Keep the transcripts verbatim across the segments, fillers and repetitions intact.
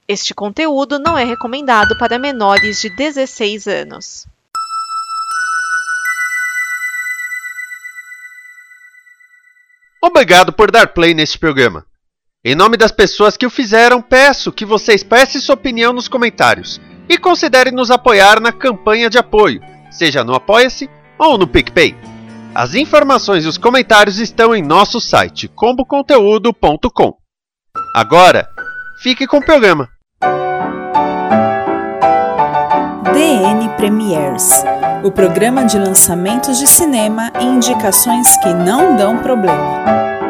Este conteúdo não é recomendado para menores de dezesseis anos. Obrigado por dar play neste programa. Em nome das pessoas que o fizeram, peço que você expresse sua opinião nos comentários e considere nos apoiar na campanha de apoio, seja no Apoia-se ou no PicPay. As informações e os comentários estão em nosso site combo conteúdo ponto com. Agora, fique com o programa. D N Premieres, o programa de lançamentos de cinema e indicações que não dão problema.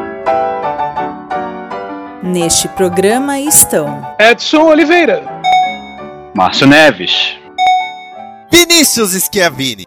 Neste programa estão Edson Oliveira, Márcio Neves, Vinícius Schiavini.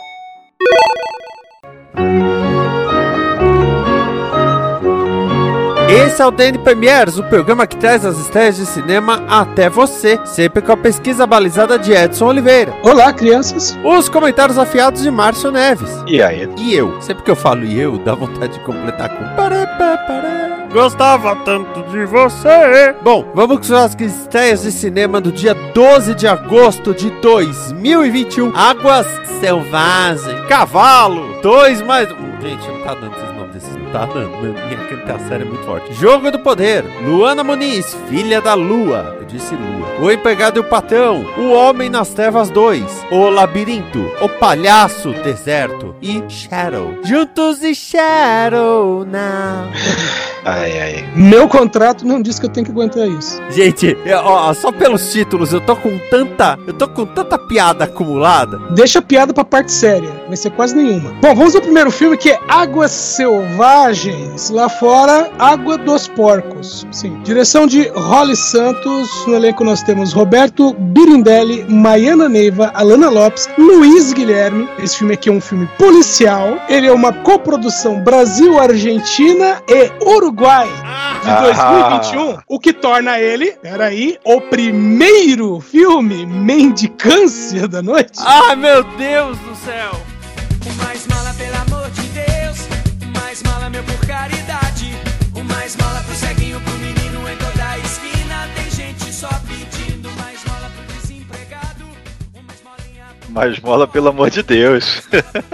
Esse é o D N Premieres, o programa que traz as estreias de cinema até você, sempre com a pesquisa balizada de Edson Oliveira. Olá, crianças. Os comentários afiados de Márcio Neves. E aí? E eu. Sempre que eu falo e eu, dá vontade de completar com pará, pará, pará. Gostava tanto de você. Bom, vamos com as estreias de cinema do dia doze de agosto de dois mil e vinte e um. Águas Selvagens. Cavalo. Dois mais... Gente, não tá dando esses nomes desses. Não tá dando. Minha quinta série é muito forte. Jogo do Poder. Luana Muniz, Filha da Lua. Eu disse Lua. O Empregado e o Patrão. O Homem nas Trevas dois. O Labirinto. O Palhaço Deserto. E Shadow. Juntos e Shadow Now. Ai, ai. Meu contrato não diz que eu tenho que aguentar isso. Gente, eu, ó, só pelos títulos, eu tô com tanta. Eu tô com tanta piada acumulada. Deixa a piada pra parte séria. Vai ser quase nenhuma. Bom, vamos ao primeiro filme, que é Águas Selvagens. Lá fora, Água dos Porcos. Sim. Direção de Holly Santos. No elenco nós temos Roberto Birindelli, Maiana Neiva, Alana Lopes, Luiz Guilherme. Esse filme aqui é um filme policial. Ele é uma coprodução Brasil-Argentina e Uruguai de dois mil e vinte e um, o que torna ele, peraí, o primeiro filme mendicância da noite. Ai, meu Deus do céu! O mais mala, pelo amor de Deus, o mais mala, meu, por caridade. O mais mala pro ceguinho, pro menino em toda a esquina. Tem gente só pedindo mais mala pro desempregado. O mais molinha... Mais mola, pelo amor de Deus.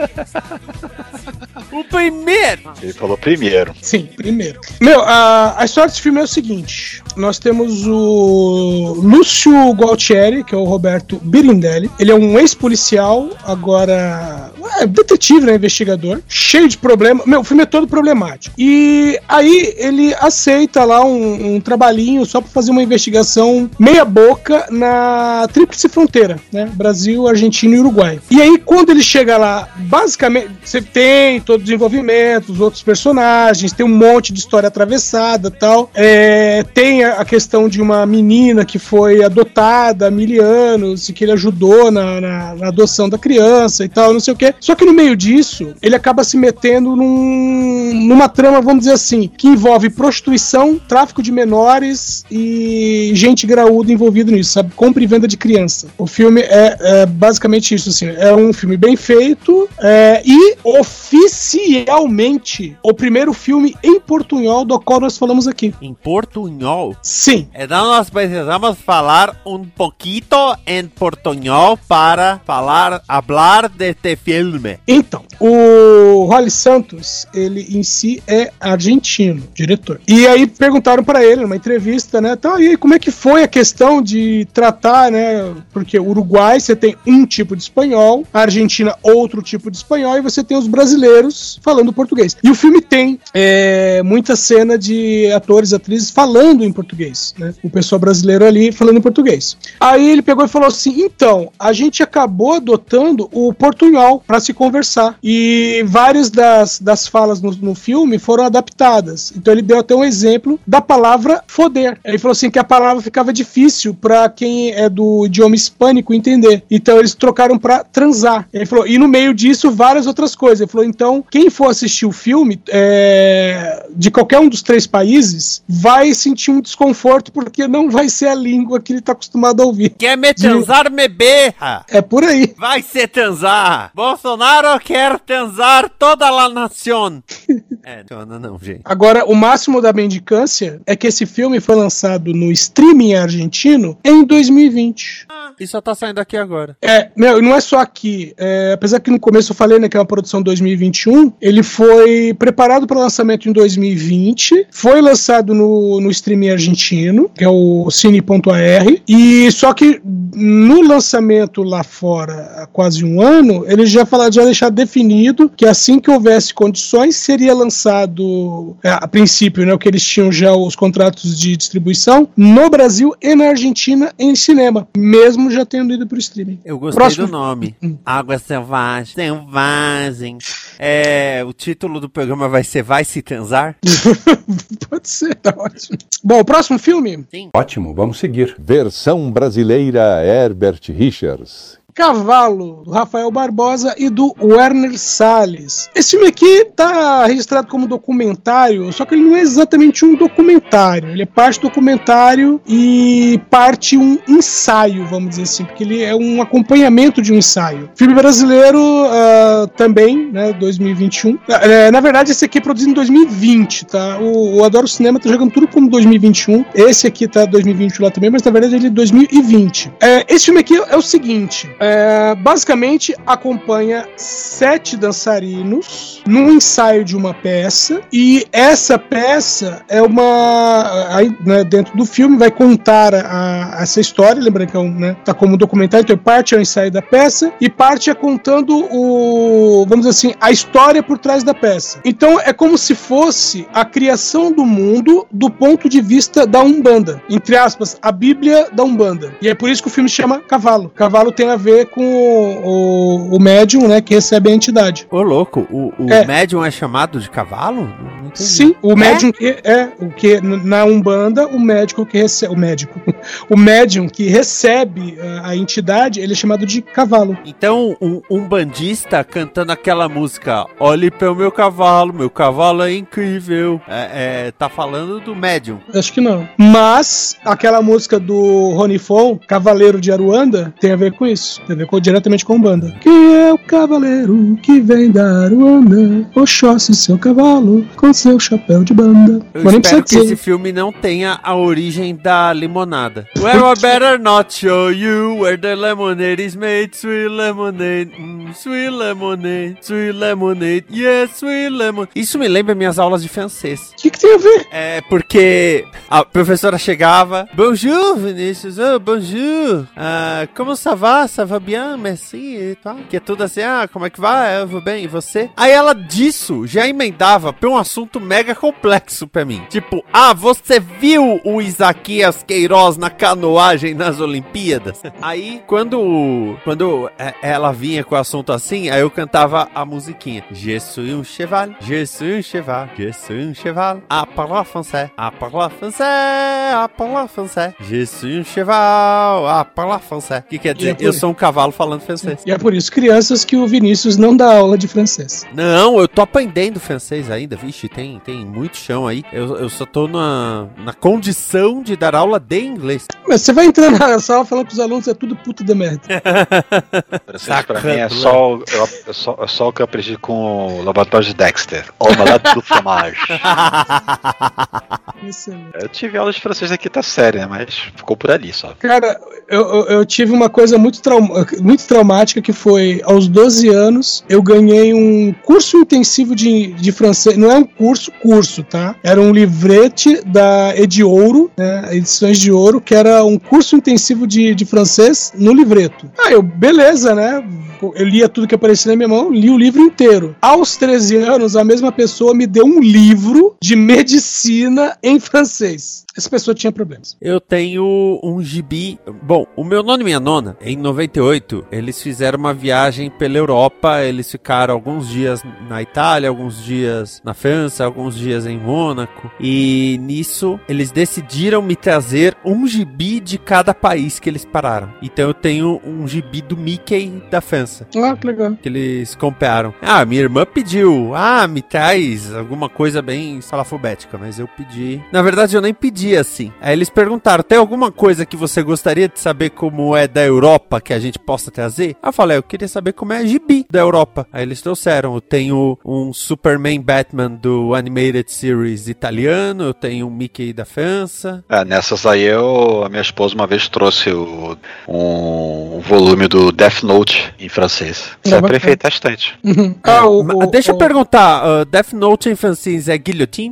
O primeiro! Ele falou primeiro. Sim, primeiro. Meu, a, a história desse filme é o seguinte. Nós temos o Lúcio Gualtieri, que é o Roberto Birindelli. Ele é um ex-policial, agora... É, detetive, né? Investigador. Cheio de problema. Meu, o filme é todo problemático. E aí ele aceita lá um, um trabalhinho só pra fazer uma investigação meia boca na Tríplice Fronteira, né? Brasil, Argentina e Uruguai. E aí, quando ele chega lá, basicamente, você tem todo o desenvolvimento, os outros personagens, tem um monte de história atravessada e tal. É, tem a, a questão de uma menina que foi adotada há mil anos e que ele ajudou na, na, na adoção da criança e tal, não sei o quê. Só que no meio disso, ele acaba se metendo num, numa trama, vamos dizer assim, que envolve prostituição, tráfico de menores e gente graúda envolvida nisso, sabe? Compra e venda de criança. O filme é, é basicamente isso, assim. É um filme bem feito é, e oficialmente o primeiro filme em portunhol do qual nós falamos aqui. Em portunhol? Sim. Então nós precisamos falar um pouquito em portunhol para falar, hablar deste filme. Então, o Holly Santos, ele em si é argentino, diretor. E aí perguntaram pra ele numa entrevista, né, então, e aí, como é que foi a questão de tratar, né, porque o Uruguai você tem um tipo de espanhol, a Argentina outro tipo de espanhol, e você tem os brasileiros falando português. E o filme tem é, muita cena de atores e atrizes falando em português, né, o pessoal brasileiro ali falando em português. Aí ele pegou e falou assim, então, a gente acabou adotando o portunhol pra se conversar. E várias das, das falas no, no filme foram adaptadas. Então ele deu até um exemplo da palavra foder. Ele falou assim que a palavra ficava difícil pra quem é do idioma hispânico entender. Então eles trocaram pra transar. Ele falou, e no meio disso várias outras coisas. Ele falou, então quem for assistir o filme é, de qualquer um dos três países vai sentir um desconforto porque não vai ser a língua que ele tá acostumado a ouvir. Quer me transar, me berra. É por aí. Vai se transar. Bolsonaro quer transar toda a nação. É, não funciona não, gente. Agora, o máximo da mendicância é que esse filme foi lançado no streaming argentino em dois mil e vinte. Ah, e só tá saindo aqui agora. É, meu, não é só aqui. É, apesar que no começo eu falei, né, que é uma produção dois mil e vinte e um, ele foi preparado para lançamento em dois mil e vinte, foi lançado no, no streaming argentino, que é o cine ponto a r, e só que no lançamento lá fora, há quase um ano, eles já falaram, já deixaram definido que assim que houvesse condições, seria lançado, é, a princípio, né, o que eles tinham já os contratos de distribuição, no Brasil e na Argentina em cinema, mesmo já tendo ido pro streaming. Eu gostei Próximo. do nome. Água Selvagem. Selvagem. É, o título do programa vai ser Vai Se Transar? Pode ser, tá ótimo. Bom, o próximo filme? Sim. Ótimo, vamos seguir. Versão brasileira Herbert Richards. Cavalo, do Rafael Barbosa e do Werner Salles. Esse filme aqui tá registrado como documentário, só que ele não é exatamente um documentário. Ele é parte documentário e parte um ensaio, vamos dizer assim, porque ele é um acompanhamento de um ensaio. Filme brasileiro uh, também, né, dois mil e vinte e um. Uh, na verdade, esse aqui é produzido em dois mil e vinte, tá? O, o Adoro Cinema tá jogando tudo como dois mil e vinte e um. Esse aqui tá dois mil e vinte lá também, mas na verdade ele é dois mil e vinte. Uh, esse filme aqui é o seguinte... É, basicamente acompanha sete dançarinos num ensaio de uma peça, e essa peça é uma, aí, né, dentro do filme vai contar a, a, essa história, lembrando que é um, né, tá como um documentário, então parte é o ensaio da peça e parte é contando o, vamos dizer assim, a história por trás da peça. Então é como se fosse a criação do mundo do ponto de vista da Umbanda, entre aspas, a Bíblia da Umbanda, e é por isso que o filme se chama Cavalo. Cavalo tem a ver com o, o médium, né, que recebe a entidade. Ô, louco, o, o É. médium é chamado de cavalo? Não entendi. Sim, o médium que é o que na Umbanda, o médico que recebe, o médico, o médium que recebe a, a entidade, ele é chamado de cavalo. Então, um, um bandista cantando aquela música, olhe para o meu cavalo, meu cavalo é incrível, é, é, tá falando do médium. Acho que não. Mas aquela música do Rony Fon, Cavaleiro de Aruanda, tem a ver com isso. Tem a ver com, diretamente com Umbanda. Quem é o cavaleiro que vem da Aruanda? Oxóssi, seu cavalo, com seu chapéu de banda. Eu Mas nem espero precisa que dizer. esse filme não tenha a origem da limonada. Well, I better not show you where the lemonade is made. Sweet lemonade, mm, sweet lemonade, sweet lemonade, yes, sweet lemonade. Isso me lembra minhas aulas de francês. O que, que tem a ver? É porque a professora chegava, bonjour Vinícius, oh, bonjour, ah, como ça va, ça va bien, merci, e tal. Que é tudo assim, ah, como é que vai, eu vou bem, e você? Aí ela disso já emendava pra um assunto mega complexo pra mim. Tipo, ah, você viu o Isaquias Queiroz na canoagem nas Olimpíadas? Aí, quando, quando é, ela vinha com o assunto assim, aí eu cantava a musiquinha. Je suis un cheval, je suis un cheval, je suis un cheval, à parler français, à parler français, à parler français, je suis un cheval, à parler français. Que quer dizer, E é por- eu sou um cavalo falando francês. E é por isso, crianças, que o Vinícius não dá aula de francês. Não, eu tô aprendendo francês ainda, vixe, tem, tem muito chão aí. Eu, eu só tô na, na condição de dar aula de inglês. Mas você vai entrar na sala falando que os alunos é tudo puto de merda. Francês pra mim é só, o- eu- é, só, é só o que eu aprendi com o laboratório de Dexter. Omelette do fromage. Excelente. Eu tive aula de francês aqui, tá séria, né? Mas ficou por ali só. Cara, eu, eu, eu tive uma coisa muito, trauma, muito traumática, que foi, aos doze anos, eu ganhei um curso intensivo de, de francês. Não é um curso, curso, tá? Era um livrete da Ediouro, né, Edições de Ouro, que era um curso intensivo de, de francês no livreto. Ah, eu, beleza, né? Eu lia tudo que aparecia na minha mão, li o livro inteiro. Aos treze anos, a mesma pessoa me deu um livro de medicina em francês. Essa pessoa tinha problemas. Eu tenho um gibi. Bom, o meu nono e minha nona, em noventa e oito, eles fizeram uma viagem pela Europa. Eles ficaram alguns dias na Itália, alguns dias na França, alguns dias em Mônaco. E nisso, eles decidiram me trazer um gibi de cada país que eles pararam. Então eu tenho um gibi do Mickey da França, Ah, que legal. que eles compraram. Ah, minha irmã pediu. Ah, me traz alguma coisa bem salafobética, mas eu pedi. Na verdade, eu nem pedi. dia, assim. Aí eles perguntaram, tem alguma coisa que você gostaria de saber como é da Europa que a gente possa trazer? Aí eu falei, eu queria saber como é a gibi da Europa. Aí eles trouxeram, eu tenho um Superman Batman do Animated Series italiano, eu tenho um Mickey da França. É, nessas aí eu, a minha esposa uma vez trouxe o, um volume do Death Note em francês. Sempre fez testante. Uhum. Ah, o, o, Deixa o, eu perguntar, uh, Death Note em francês é guillotine?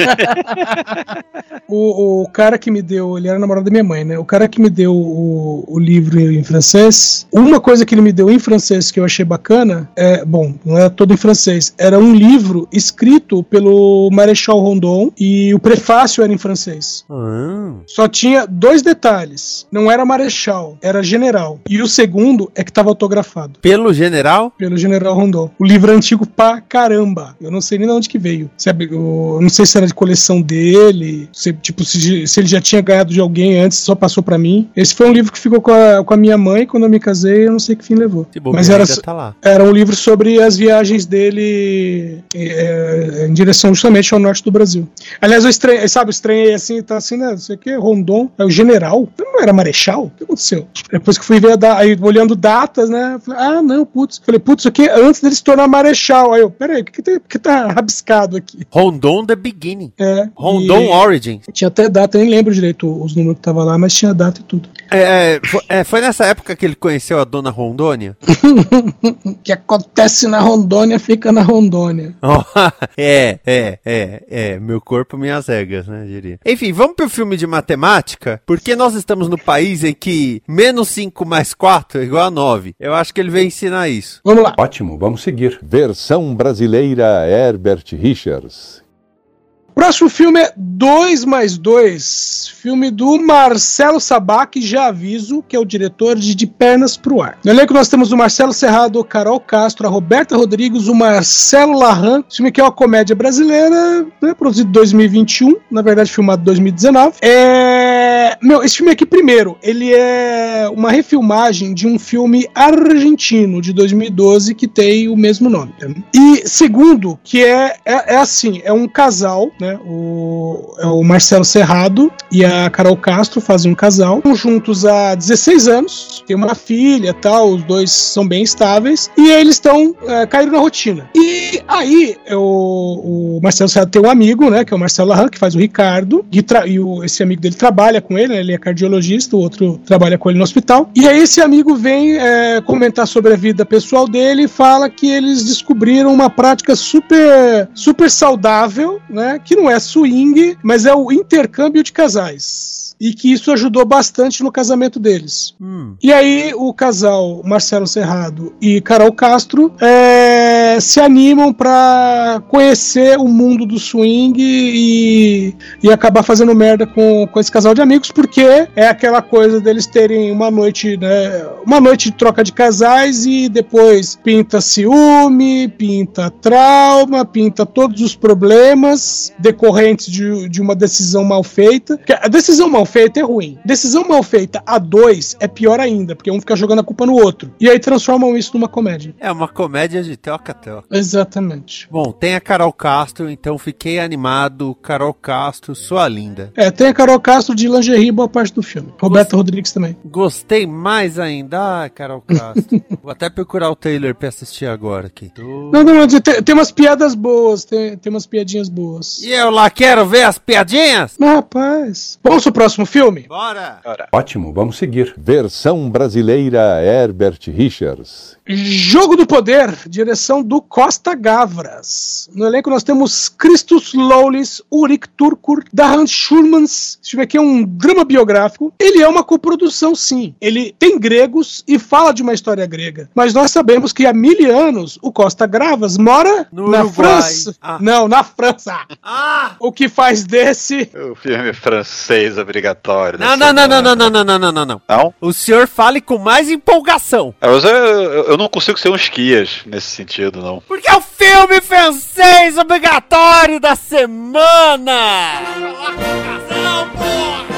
o, o cara que me deu, ele era namorado da minha mãe, né? O cara que me deu o, o livro em francês, uma coisa que ele me deu em francês que eu achei bacana, é, bom, não era todo em francês, era um livro escrito pelo Marechal Rondon e o prefácio era em francês. Ah. Só tinha dois detalhes, não era Marechal, era General. E o segundo é que estava autografado. Pelo General? Pelo General Rondon. O livro é antigo pra caramba. Eu não sei nem de onde que veio. Sabe, eu não sei se era de coleção dele, se, tipo, se, se ele já tinha ganhado de alguém antes, só passou pra mim. Esse foi um livro que ficou com a, com a minha mãe quando eu me casei, eu não sei que fim levou. Mas era, tá lá. era um livro sobre as viagens dele é, em direção justamente ao norte do Brasil. Aliás, eu estranhei, sabe, eu estranhei assim, tá assim, né, não sei o que, Rondon, é o General? Não era Marechal? O que aconteceu? Depois que fui ver, a da, aí olhando datas, né, eu falei, ah, não, putz. Falei, putz, isso aqui é antes dele se tornar Marechal. Aí eu, peraí, o que, que, tá, que tá rabiscado aqui? Rondon The Beginning. É. Rondon e... Origins. Tinha até data, eu nem lembro direito os números que tava lá, mas tinha data e tudo. É, foi, é, foi nessa época que ele conheceu a dona Rondônia? O que acontece na Rondônia fica na Rondônia. Oh, é, é, é, é. Meu corpo, minhas regras, né, diria. Enfim, vamos pro filme de matemática, porque nós estamos no país em que menos cinco mais quatro é igual a nove. Eu acho que ele veio ensinar isso. Vamos lá. Ótimo, vamos seguir. Versão brasileira Herbert Richards. Próximo filme é dois mais dois, filme do Marcelo Sabac, já aviso, que é o diretor de De Pernas pro Ar. No elenco nós temos o Marcelo Serrado, Carol Castro, a Roberta Rodrigues, o Marcelo Larran. Esse filme aqui é uma comédia brasileira, né, produzido em dois mil e vinte e um, na verdade filmado em dois mil e dezenove. É... Meu, esse filme aqui, primeiro, ele é uma refilmagem de um filme argentino de dois mil e doze que tem o mesmo nome. E segundo, que é, é, é assim, é um casal, né? O, é o Marcelo Serrado e a Carol Castro fazem um casal, estão juntos há dezesseis anos, tem uma filha, tal, os dois são bem estáveis e eles estão é, caíram na rotina. E aí o, o Marcelo Serrado tem um amigo, né, que é o Marcelo Larran, que faz o Ricardo, e, tra- e o, esse amigo dele trabalha com ele, né, ele é cardiologista, o outro trabalha com ele no hospital. E aí esse amigo vem é, comentar sobre a vida pessoal dele e fala que eles descobriram uma prática super, super saudável, né, que não é swing, mas é o intercâmbio de casais. E que isso ajudou bastante no casamento deles. Hum. E aí o casal Marcelo Serrado e Carol Castro é, se animam para conhecer o mundo do swing e, e acabar fazendo merda com, com esse casal de amigos, porque é aquela coisa deles terem uma noite, né, uma noite de troca de casais e depois pinta ciúme, pinta trauma, pinta todos os problemas decorrentes de, de uma decisão mal feita. Porque a decisão mal feita é ruim. Decisão mal feita a dois é pior ainda, porque um fica jogando a culpa no outro. E aí transformam isso numa comédia. É uma comédia de teoca-teoca. Exatamente. Bom, tem a Carol Castro, então fiquei animado. Carol Castro, sua linda. É, tem a Carol Castro de lingerie boa parte do filme. Roberta Gost... Rodrigues também. Gostei mais ainda. Ah, Carol Castro. Vou até procurar o trailer pra assistir agora aqui. Tô... Não, não, não, tem, tem umas piadas boas, tem, tem umas piadinhas boas. E eu lá quero ver as piadinhas? Mas, rapaz. Vamos pro próximo filme? Bora! Bora. Ótimo, vamos seguir. Versão brasileira Herbert Richards. Jogo do Poder, direção do Costa Gavras. No elenco nós temos Christos Lawless, Ulrik Turkur, Dahan Schulmans. Esse filme aqui é um drama biográfico. Ele é uma coprodução, sim. Ele tem gregos e fala de uma história grega. Mas nós sabemos que há mil anos o Costa Gavras mora no na Uruguai. França. Ah. Não, na França. Ah. O que faz desse... O filme francês obrigatório. Não, não, não, não, não, não, não, não, não, não, não. Não? O senhor fale com mais empolgação. Eu, eu, eu não consigo ser um esquias nesse sentido, não. Porque é o filme francês obrigatório da semana! Colocação, porra!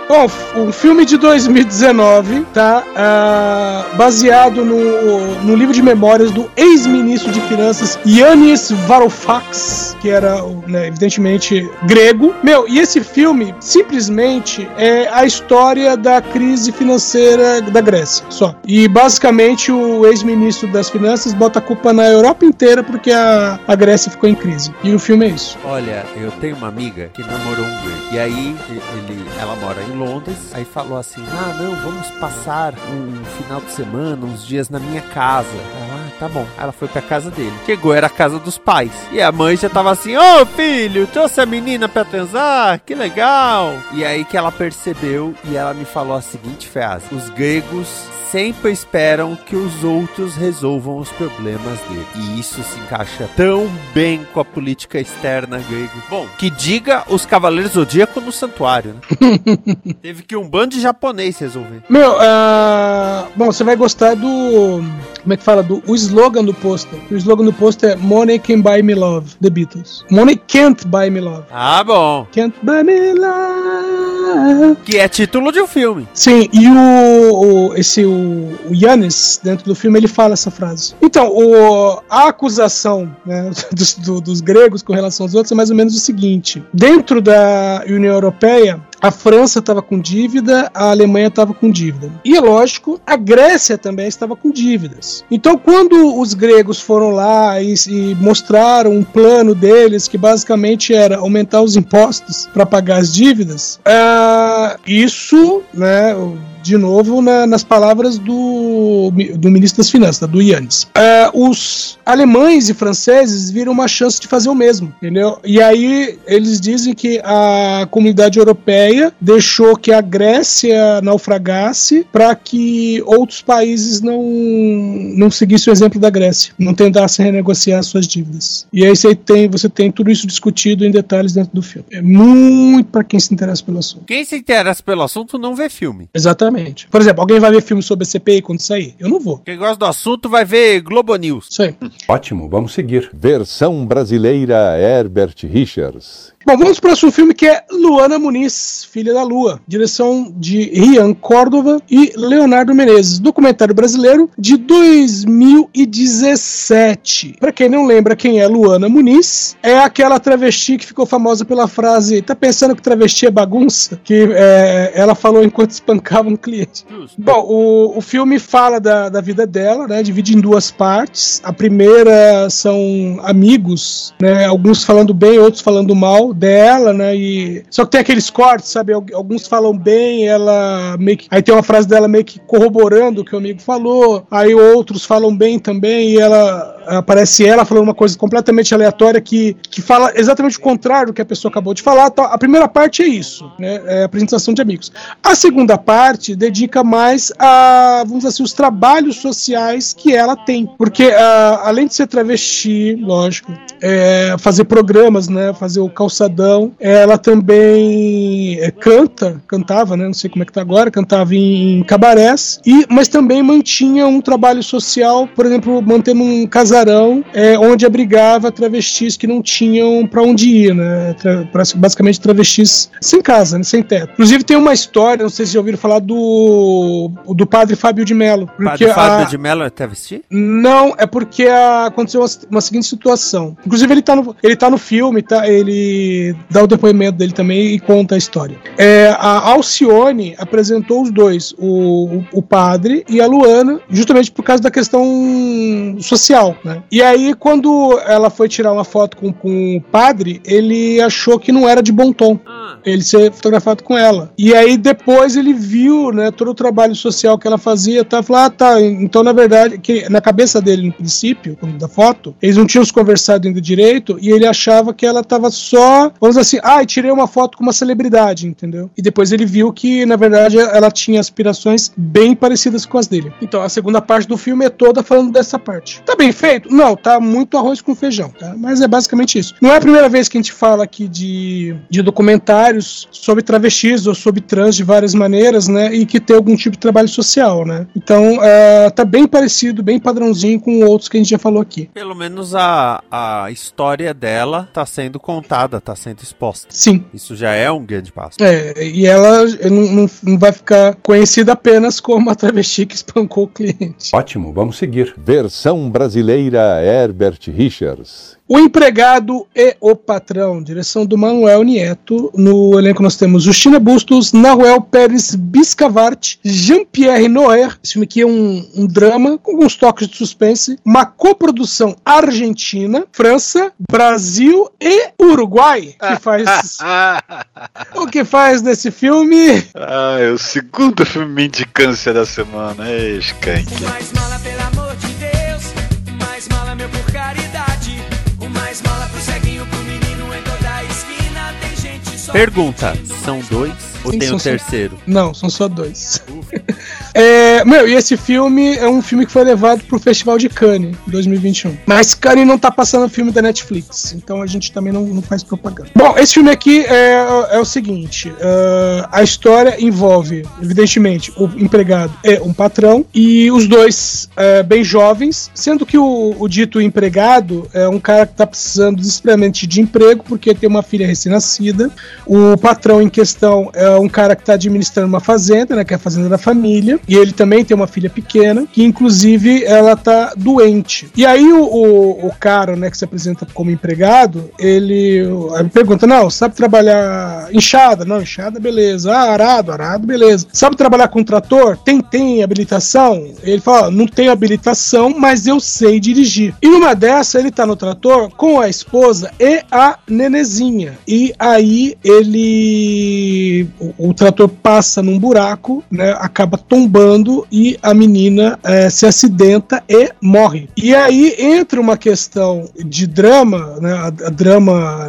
Bom, um filme de dois mil e dezenove, tá? Uh, baseado no, no livro de memórias do ex-ministro de Finanças Yanis Varoufakis, que era, né, evidentemente, grego. Meu, e esse filme, simplesmente, é a história da crise financeira da Grécia, só. E, basicamente, o ex-ministro das Finanças bota a culpa na Europa inteira porque a, a Grécia ficou em crise. E o filme é isso. Olha, eu tenho uma amiga que namorou um grego. E aí, ele, ela mora em Londres, aí falou assim, ah, não, vamos passar um final de semana, uns dias na minha casa. Ah, tá bom. Ela foi pra casa dele. Chegou, era a casa dos pais. E a mãe já tava assim, ô oh, filho, trouxe a menina pra transar? Que legal. E aí que ela percebeu e ela me falou a seguinte frase, os gregos sempre esperam que os outros resolvam os problemas dele. E isso se encaixa tão bem com a política externa grega. Bom, que diga os Cavaleiros Zodíaco no santuário, né? Teve que um bando de japonês resolver. Meu, uh, bom, você vai gostar do... Como é que fala? Do, o slogan do pôster. O slogan do pôster é Money Can Buy Me Love, The Beatles. Money Can't Buy Me Love. Ah, bom. Can't Buy Me Love. Que é título de um filme. Sim, e o, o esse o, o Yanis, dentro do filme, ele fala essa frase. Então, o, a acusação, né, dos, do, dos gregos com relação aos outros é mais ou menos o seguinte. Dentro da União Europeia, a França estava com dívida, a Alemanha estava com dívida. E é lógico, a Grécia também estava com dívidas. Então, quando os gregos foram lá e, e mostraram um plano deles, que basicamente era aumentar os impostos para pagar as dívidas, uh, isso, né, de novo, na, nas palavras do, do ministro das Finanças, do Yanis. Uh, os alemães e franceses viram uma chance de fazer o mesmo, entendeu? E aí eles dizem que a comunidade europeia deixou que a Grécia naufragasse para que outros países não, não seguissem o exemplo da Grécia, não tentassem renegociar suas dívidas. E aí você tem, você tem tudo isso discutido em detalhes dentro do filme. É muito para quem se interessa pelo assunto. Quem se interessa pelo assunto não vê filme. Exatamente. Por exemplo, alguém vai ver filme sobre a C P I quando sair? Eu não vou. Quem gosta do assunto vai ver Globo News. Isso aí. Ótimo, vamos seguir. Versão brasileira Herbert Richards. Bom, vamos para o próximo filme, que é Luana Muniz, Filha da Lua, direção de Rian Córdova e Leonardo Menezes, documentário brasileiro de dois mil e dezessete. Para quem não lembra quem é Luana Muniz, é aquela travesti que ficou famosa pela frase, tá pensando que travesti é bagunça? Que é, ela falou enquanto espancava um cliente. Justo. Bom, o, o filme fala da, da vida dela, né, divide em duas partes. A primeira são amigos, né, alguns falando bem, outros falando mal dela, né, e só que tem aqueles cortes, sabe, alguns falam bem, ela meio que, aí tem uma frase dela meio que corroborando o que o amigo falou, aí outros falam bem também, e ela, aparece ela falando uma coisa completamente aleatória que, que fala exatamente o contrário do que a pessoa acabou de falar. Então, a primeira parte é isso, né, é a apresentação de amigos. A segunda parte dedica mais a, vamos dizer assim, os trabalhos sociais que ela tem, porque a, além de ser travesti, lógico, é, fazer programas, né, fazer o calçadão, ela também é, canta, cantava, né, não sei como é que tá agora, cantava em, em cabarés, e, mas também mantinha um trabalho social, por exemplo, mantendo um casarão é, onde abrigava travestis que não tinham pra onde ir, né, tra, basicamente travestis sem casa, né, sem teto. Inclusive tem uma história, não sei se já ouviram falar do, do padre Fábio de Mello. Padre Fábio a, de Mello é travesti? Não, é porque a, aconteceu uma, uma seguinte situação. Inclusive ele tá no, ele tá no filme, tá, ele dá o depoimento dele também e conta a história. É, a Alcione apresentou os dois, o, o, o padre e a Luana, justamente por causa da questão social, né? E aí, quando ela foi tirar uma foto com, com o padre, ele achou que não era de bom tom ele ser fotografado com ela. E aí, depois, ele viu, né, todo o trabalho social que ela fazia, tá, falou, ah, tá, então, na verdade, que na cabeça dele, no princípio, da foto, eles não tinham se conversado ainda direito, e ele achava que ela tava só, vamos dizer assim, ah, e tirei uma foto com uma celebridade, entendeu? E depois ele viu que, na verdade, ela tinha aspirações bem parecidas com as dele. Então, a segunda parte do filme é toda falando dessa parte. Tá bem feito? Não, tá muito arroz com feijão, tá? Mas é basicamente isso. Não é a primeira vez que a gente fala aqui de, de documentário documentários sobre travestis ou sobre trans de várias maneiras, né, e que tem algum tipo de trabalho social, né. Então, uh, tá bem parecido, bem padrãozinho com outros que a gente já falou aqui. Pelo menos a, a história dela tá sendo contada, tá sendo exposta. Sim. Isso já é um grande passo. É, e ela não, não, não vai ficar conhecida apenas como a travesti que espancou o cliente. Ótimo, vamos seguir. Versão brasileira Herbert Richards. O Empregado e o Patrão, direção do Manuel Nieto. No elenco nós temos Justina Bustos, Nahuel Pérez Biscavart, Jean-Pierre Noer. Esse filme aqui é um, um drama com alguns toques de suspense. Uma coprodução argentina, França, Brasil e Uruguai. Que faz... o que faz desse filme? Ah, é o segundo filme mendicância da semana. É Skank. Mais mala, pelo amor de Deus, mais mala, meu, por caridade. Mais mala pro ceguinho, pro menino em toda esquina. Tem gente só. Pergunta: são dois ou Sim, tem são um terceiro? Só... Não, são só dois. É, meu, e esse filme é um filme que foi levado pro Festival de Cannes em dois mil e vinte e um. Mas Cannes não tá passando filme da Netflix, então a gente também não, não faz propaganda. Bom, esse filme aqui é, é o seguinte: uh, a história envolve, evidentemente, o empregado e um patrão, e os dois uh, bem jovens, sendo que o, o dito empregado é um cara que tá precisando desesperadamente de emprego porque tem uma filha recém-nascida. O patrão em questão é um cara que tá administrando uma fazenda, né, que é a fazenda da família. E ele também tem uma filha pequena, que inclusive ela tá doente. E aí o, o, o cara, né, que se apresenta como empregado, ele, ele pergunta, não, sabe trabalhar enxada? Não, enxada, beleza. Ah, arado, arado, beleza. Sabe trabalhar com trator? Tem, tem habilitação? Ele fala, não tenho habilitação, mas eu sei dirigir. E numa dessa, ele tá no trator com a esposa e a nenezinha. E aí ele... O, o trator passa num buraco, né, acaba tombando e a menina é, se acidenta e morre. E aí entra uma questão de drama, né, a, a drama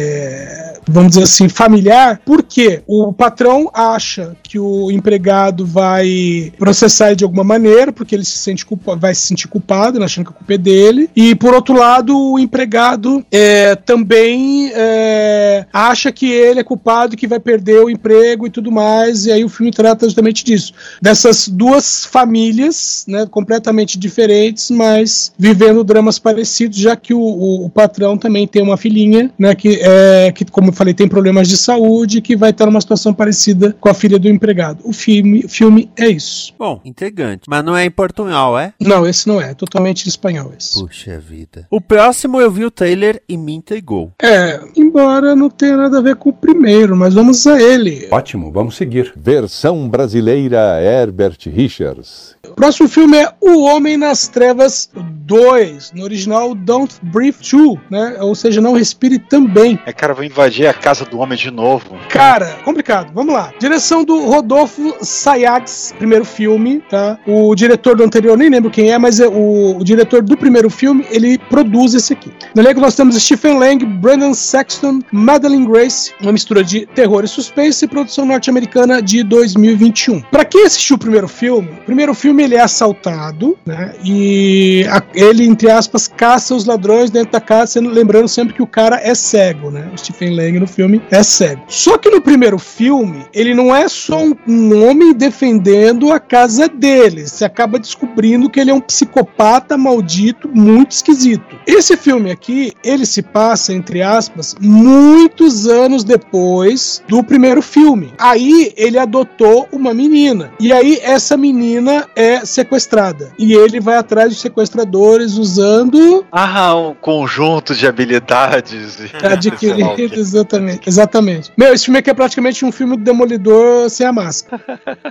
é, vamos dizer assim, familiar, porque o patrão acha que o empregado vai processar ele de alguma maneira, porque ele se sente culpa, vai se sentir culpado, né, achando que a culpa é dele, e por outro lado o empregado é, também é, acha que ele é culpado, que vai perder o emprego e tudo mais, e aí o filme trata justamente disso, dessas duas famílias, né, completamente diferentes, mas vivendo dramas parecidos, já que o, o, o patrão também tem uma filhinha, né, que, é, que, como eu falei, tem problemas de saúde, que vai estar numa situação parecida com a filha do empregado. O filme, filme é isso. Bom, intrigante. Mas não é em portunhol, é? Não, esse não é. É totalmente em espanhol esse. Puxa vida. O próximo eu vi o trailer e me intrigou. É, embora não tenha nada a ver com o primeiro, mas vamos a ele. Ótimo, vamos seguir. Versão brasileira Herbert Richards. O próximo filme é O Homem nas Trevas dois, no original Don't Breathe dois, né? Ou seja, Não Respire Também. É, cara, vou invadir a casa do homem de novo. Cara, complicado, vamos lá. Direção do Rodolfo Sayagues, primeiro filme, tá? O diretor do anterior, nem lembro quem é, mas é o, o diretor do primeiro filme, ele produz esse aqui. No elenco nós temos Stephen Lang, Brandon Saxton, Madeline Grace, uma mistura de terror e suspense, produção norte-americana de dois mil e vinte e um. Pra quem assistiu o primeiro filme, o primeiro filme ele é assaltado, né? E a, ele, entre aspas, caça os ladrões dentro da casa, sendo, lembrando sempre que o cara é cego, né? O Stephen Lang no filme é cego. Só que no primeiro filme, ele não é só um, um homem defendendo a casa dele. Você acaba descobrindo que ele é um psicopata maldito muito esquisito. Esse filme aqui, ele se passa, entre aspas, muitos anos depois do primeiro filme. Aí ele adotou uma menina. E aí essa menina é sequestrada. E ele vai atrás dos sequestradores usando... Ah, um conjunto de habilidades. Adquirido, exatamente. Exatamente. Meu, esse filme aqui é praticamente um filme do Demolidor sem a máscara.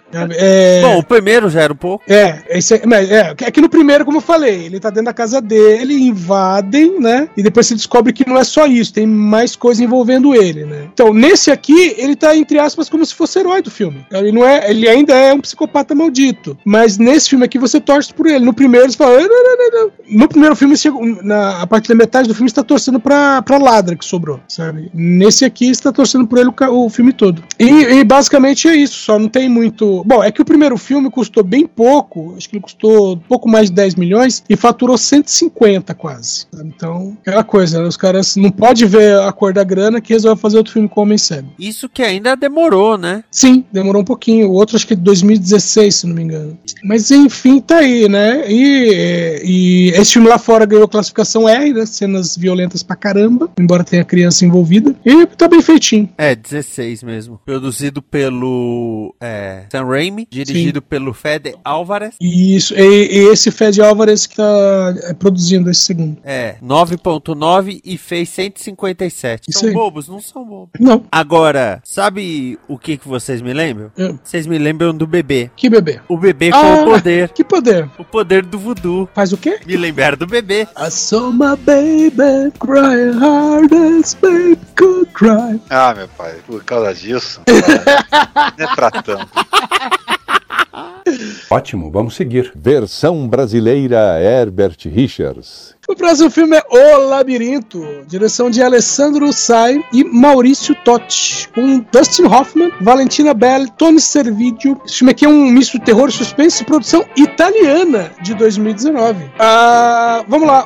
É... Bom, o primeiro já era um pouco. É, esse é, é, é que no primeiro, como eu falei, ele tá dentro da casa dele, invadem, né? E depois se descobre que não é só isso, tem mais coisa envolvendo ele, né? Então, nesse aqui, ele tá, entre aspas, como se fosse herói do filme. Ele não é, ele ainda é um psicopata maldito. Mas nesse filme aqui você torce por ele. No primeiro você fala, não, não, não, não. No primeiro filme, na, a partir da metade do filme, você tá torcendo pra, pra ladra que sobrou, sabe? Nesse aqui, você tá torcendo por ele o, o filme todo. E, e basicamente é isso, só não tem muito... Bom, é que o primeiro filme custou bem pouco, acho que ele custou pouco mais de dez milhões e faturou cento e cinquenta quase. Sabe? Então, aquela coisa, né? Os caras não podem ver a, cor da grana que resolve fazer outro filme com o Homem Cego. Isso que ainda demorou, né? Sim, demorou um pouquinho. O outro acho que é dois mil e dezesseis, se não me engano. Mas enfim, tá aí, né? E, e esse filme lá fora ganhou classificação R, né? Cenas violentas pra caramba, embora tenha criança envolvida. E tá bem feitinho. É, dezesseis mesmo. Produzido pelo é, Sam Raimi, dirigido Sim. pelo Fede Álvares. Isso, e, e esse Fede Álvares que tá é, produzindo esse segundo. É, nove ponto nove e fez cento e cinquenta e sete. Isso são aí. bobos? Não são bobos. Não. Agora, sabe o que, que vocês me lembram? É. Vocês me lembram do bebê. Que bebê? O bebê ah, com o poder. Que poder? O poder do voodoo. Faz o quê? Me lembrar do bebê. I saw my baby cry hard as baby could cry. Ah, meu pai, por causa disso, não é pra tanto. Ótimo, vamos seguir. Versão brasileira Herbert Richards. O próximo filme é O Labirinto, direção de Alessandro Sai e Maurício Totti, com Dustin Hoffman, Valentina Belli, Tony Servillo. Esse filme aqui é um misto de terror, suspense e produção italiana de dois mil e dezenove. Ah, vamos lá,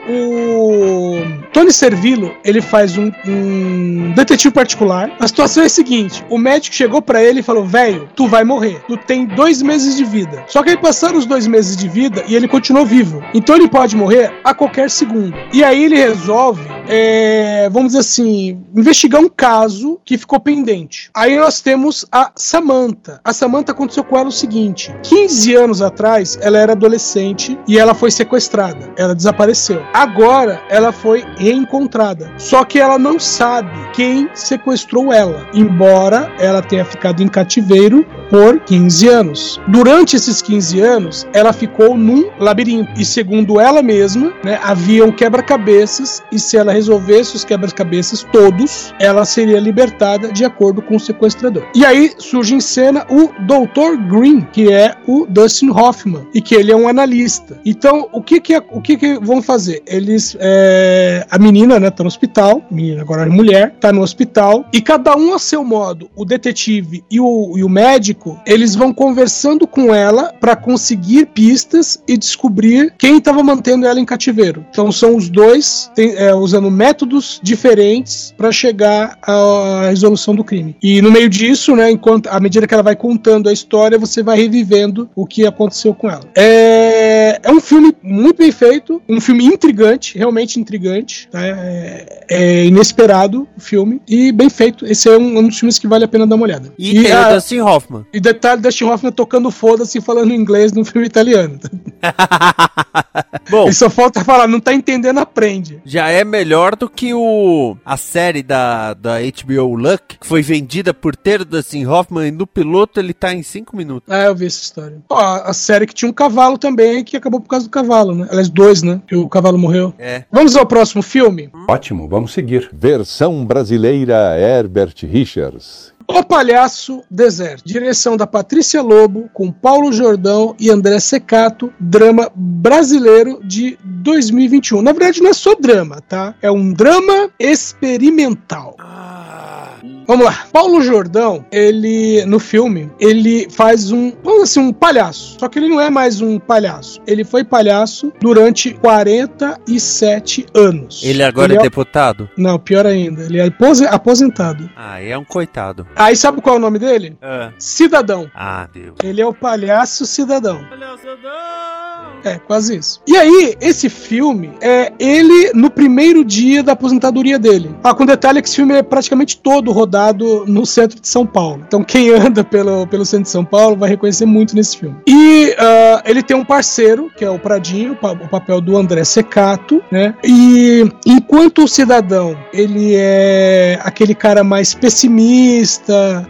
o Tony Servillo, ele faz um, um detetive particular. A situação é a seguinte, o médico chegou pra ele e falou, velho, tu vai morrer, tu tem dois meses de vida. Só que aí passaram os dois meses de vida e ele continuou vivo. Então ele pode morrer a qualquer segundo. E aí ele resolve, é, vamos dizer assim, investigar um caso que ficou pendente. Aí nós temos a Samantha. A Samantha aconteceu com ela o seguinte, quinze anos atrás ela era adolescente e ela foi sequestrada. Ela desapareceu. Agora ela foi reencontrada. Só que ela não sabe quem sequestrou ela, embora ela tenha ficado em cativeiro por quinze anos. Durante esses quinze anos, ela ficou num labirinto. E segundo ela mesma, né, havia um quebra-cabeças, e se ela resolvesse os quebra-cabeças todos, ela seria libertada de acordo com o sequestrador. E aí surge em cena o doutor Green, que é o Dustin Hoffman, e que ele é um analista. Então, o que que, o que, que vão fazer? Eles, é, a menina, né, tá no hospital, menina agora é mulher, tá no hospital, e cada um a seu modo, o detetive e o, e o médico, eles vão conversando com ela para conseguir pistas e descobrir quem estava mantendo ela em cativeiro. Então são os dois tem, é, usando métodos diferentes para chegar à resolução do crime. E no meio disso, né, enquanto, à medida que ela vai contando a história, você vai revivendo o que aconteceu com ela. É, é um filme muito bem feito, um filme intrigante, realmente intrigante, tá? é, é inesperado o filme e bem feito. Esse é um, um dos filmes que vale a pena dar uma olhada. E, e tem a, o Dustin Hoffman. E detalhe, Dustin Hoffman tocando foda-se falando inglês num filme italiano. Bom, e só falta falar, não tá entendendo, aprende. Já é melhor do que o a série da, da H B O Luck, que foi vendida por ter o Dustin Hoffman, e no piloto ele tá em cinco minutos. Ah, eu vi essa história. Ó, a série que tinha um cavalo também, que acabou por causa do cavalo, né? Aliás, dois, né? Que o cavalo morreu. É. Vamos ao próximo filme? Ótimo, vamos seguir. Versão brasileira Herbert Richards. O Palhaço Deserto, direção da Patrícia Lobo, com Paulo Jordão e André Secato, drama brasileiro de dois mil e vinte e um. Na verdade não é só drama, tá? É um drama experimental. Vamos lá. Paulo Jordão, ele, no filme, ele faz um, vamos assim, um palhaço. Só que ele não é mais um palhaço. Ele foi palhaço durante quarenta e sete anos. Ele agora ele é, é deputado? Não, pior ainda. Ele é aposentado. Ah, é um coitado. Aí sabe qual é o nome dele? Ah. Cidadão. Ah, Deus. Ele é o palhaço cidadão. Palhaço. É, quase isso. E aí, esse filme é ele no primeiro dia da aposentadoria dele. Ah, com detalhe que esse filme é praticamente todo rodado no centro de São Paulo. Então quem anda pelo, pelo centro de São Paulo vai reconhecer muito nesse filme. E uh, ele tem um parceiro, que é o Pradinho, o papel do André Secato, né? E enquanto o cidadão, ele é aquele cara mais pessimista,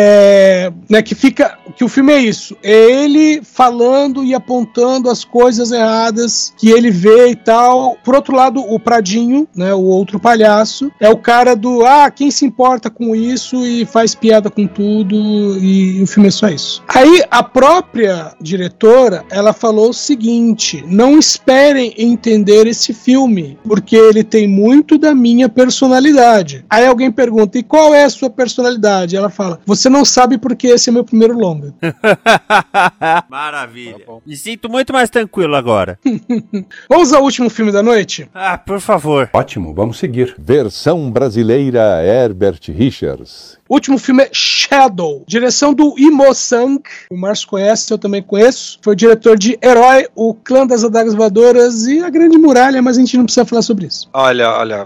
é, né, que fica... Que o filme é isso, é ele falando e apontando as coisas erradas que ele vê e tal. Por outro lado, o Pradinho, né, o outro palhaço, é o cara do, ah, quem se importa com isso e faz piada com tudo, e, e o filme é só isso. Aí, a própria diretora, ela falou o seguinte, não esperem entender esse filme, porque ele tem muito da minha personalidade. Aí alguém pergunta, e qual é a sua personalidade? Ela fala, você não sabe porque esse é meu primeiro longa. Maravilha. Me sinto muito mais tranquilo tranquilo agora. Vamos ao último filme da noite? Ah, por favor. Ótimo, vamos seguir. Versão brasileira Herbert Richards. O último filme é Shadow, direção do Imo Sang. O Márcio conhece, eu também conheço. Foi o diretor de Herói, O Clã das Adagas Voadoras e A Grande Muralha, mas a gente não precisa falar sobre isso. Olha, olha.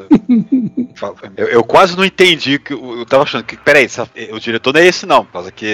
eu, eu quase não entendi. Que eu, eu tava achando que. Peraí, o diretor não é esse, não. Por causa que.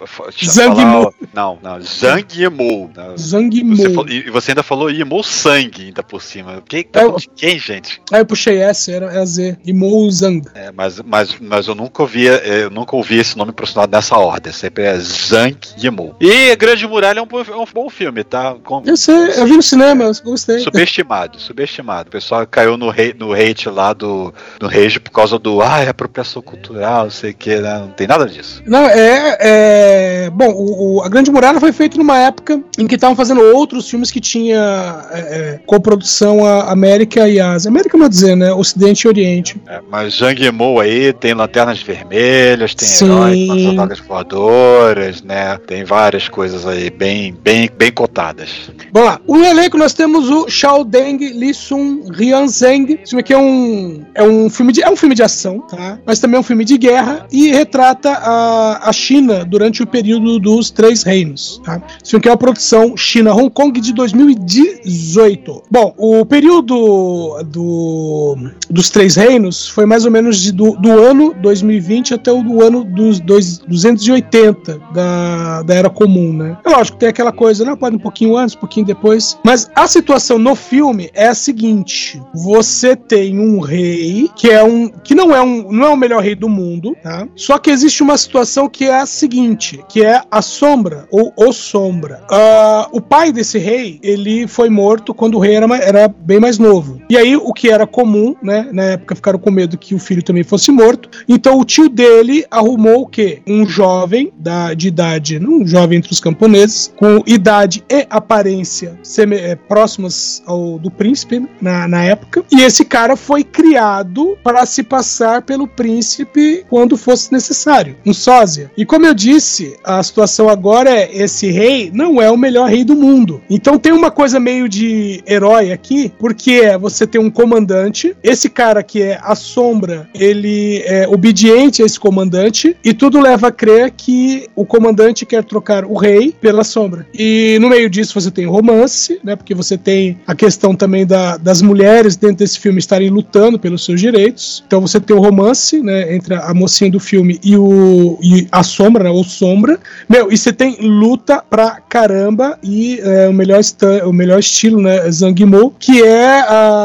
Zhang Yimou. Não, não. Zhang Yimou. Zhang Yimou. E você ainda falou Yimou Sangue ainda por cima. Quem, tá é, de quem, gente? Ah, eu puxei S, era é a Z. Yimou Zhang. É, mas, mas, mas eu nunca ouvi. Eu nunca ouvi esse nome pronunciado nessa ordem. Sempre é Zhang Yimou. E A Grande Muralha é um, é um bom filme, tá? Com, eu sei, eu vi no cinema, eu gostei. Subestimado, subestimado. O pessoal caiu no, hate, no hate lá do, do Rage por causa do ah, é apropriação cultural, não sei o que, né? Não tem nada disso. Não, é. é... Bom, o, o, A Grande Muralha foi feito numa época em que estavam fazendo outros filmes que tinha é, é, coprodução a América e Ásia. América não dizer, né? Ocidente e Oriente. É, mas Zhang Yimou aí tem Lanternas Vermelhas, tem Herói, com as adagas voadoras, né? Tem várias coisas aí bem, bem, bem cotadas. Vamos lá. No elenco nós temos o Xiao Deng, Lee Sun, Rian Zheng. Esse filme aqui é um, é um filme de, é um filme de ação, tá? Mas também é um filme de guerra e retrata a, a China durante o período dos Três Reinos, tá? Esse filme aqui é uma produção China-Hong Kong de dois mil e dezoito. Bom, o período do, dos Três Reinos foi mais ou menos de, do, do ano dois mil e vinte até o do ano dos dois, duzentos e oitenta da, da Era Comum, né? É lógico, tem aquela coisa, né? Pode um pouquinho antes, um pouquinho depois. Mas a situação no filme é a seguinte: você tem um rei que é um que não é um não é o melhor rei do mundo, tá? Só que existe uma situação que é a seguinte, que é a sombra ou o sombra. Uh, o pai desse rei, ele foi morto quando o rei era, era bem mais novo. E aí o que era comum, né? Na época ficaram com medo que o filho também fosse morto. Então o tio dele arrumou o quê? Um jovem da, de idade, um jovem entre os camponeses, com idade e aparência semi, é, próximas ao do príncipe na, na época. E esse cara foi criado para se passar pelo príncipe quando fosse necessário, um sósia. E como eu disse, a situação agora é esse rei não é o melhor rei do mundo. Então tem uma coisa meio de herói aqui, porque é, você tem um comandante, esse cara que é a sombra, ele é obediente a esse comandante e tudo leva a crer que o comandante quer trocar o rei pela sombra. E no meio disso você tem romance, né? Porque você tem a questão também da, das mulheres dentro desse filme estarem lutando pelos seus direitos. Então você tem o romance, né? Entre a mocinha do filme e, o, e a sombra, né, ou sombra. Meu, e você tem luta pra caramba e é, o, melhor o melhor estilo, né? Zhang Yimou, que é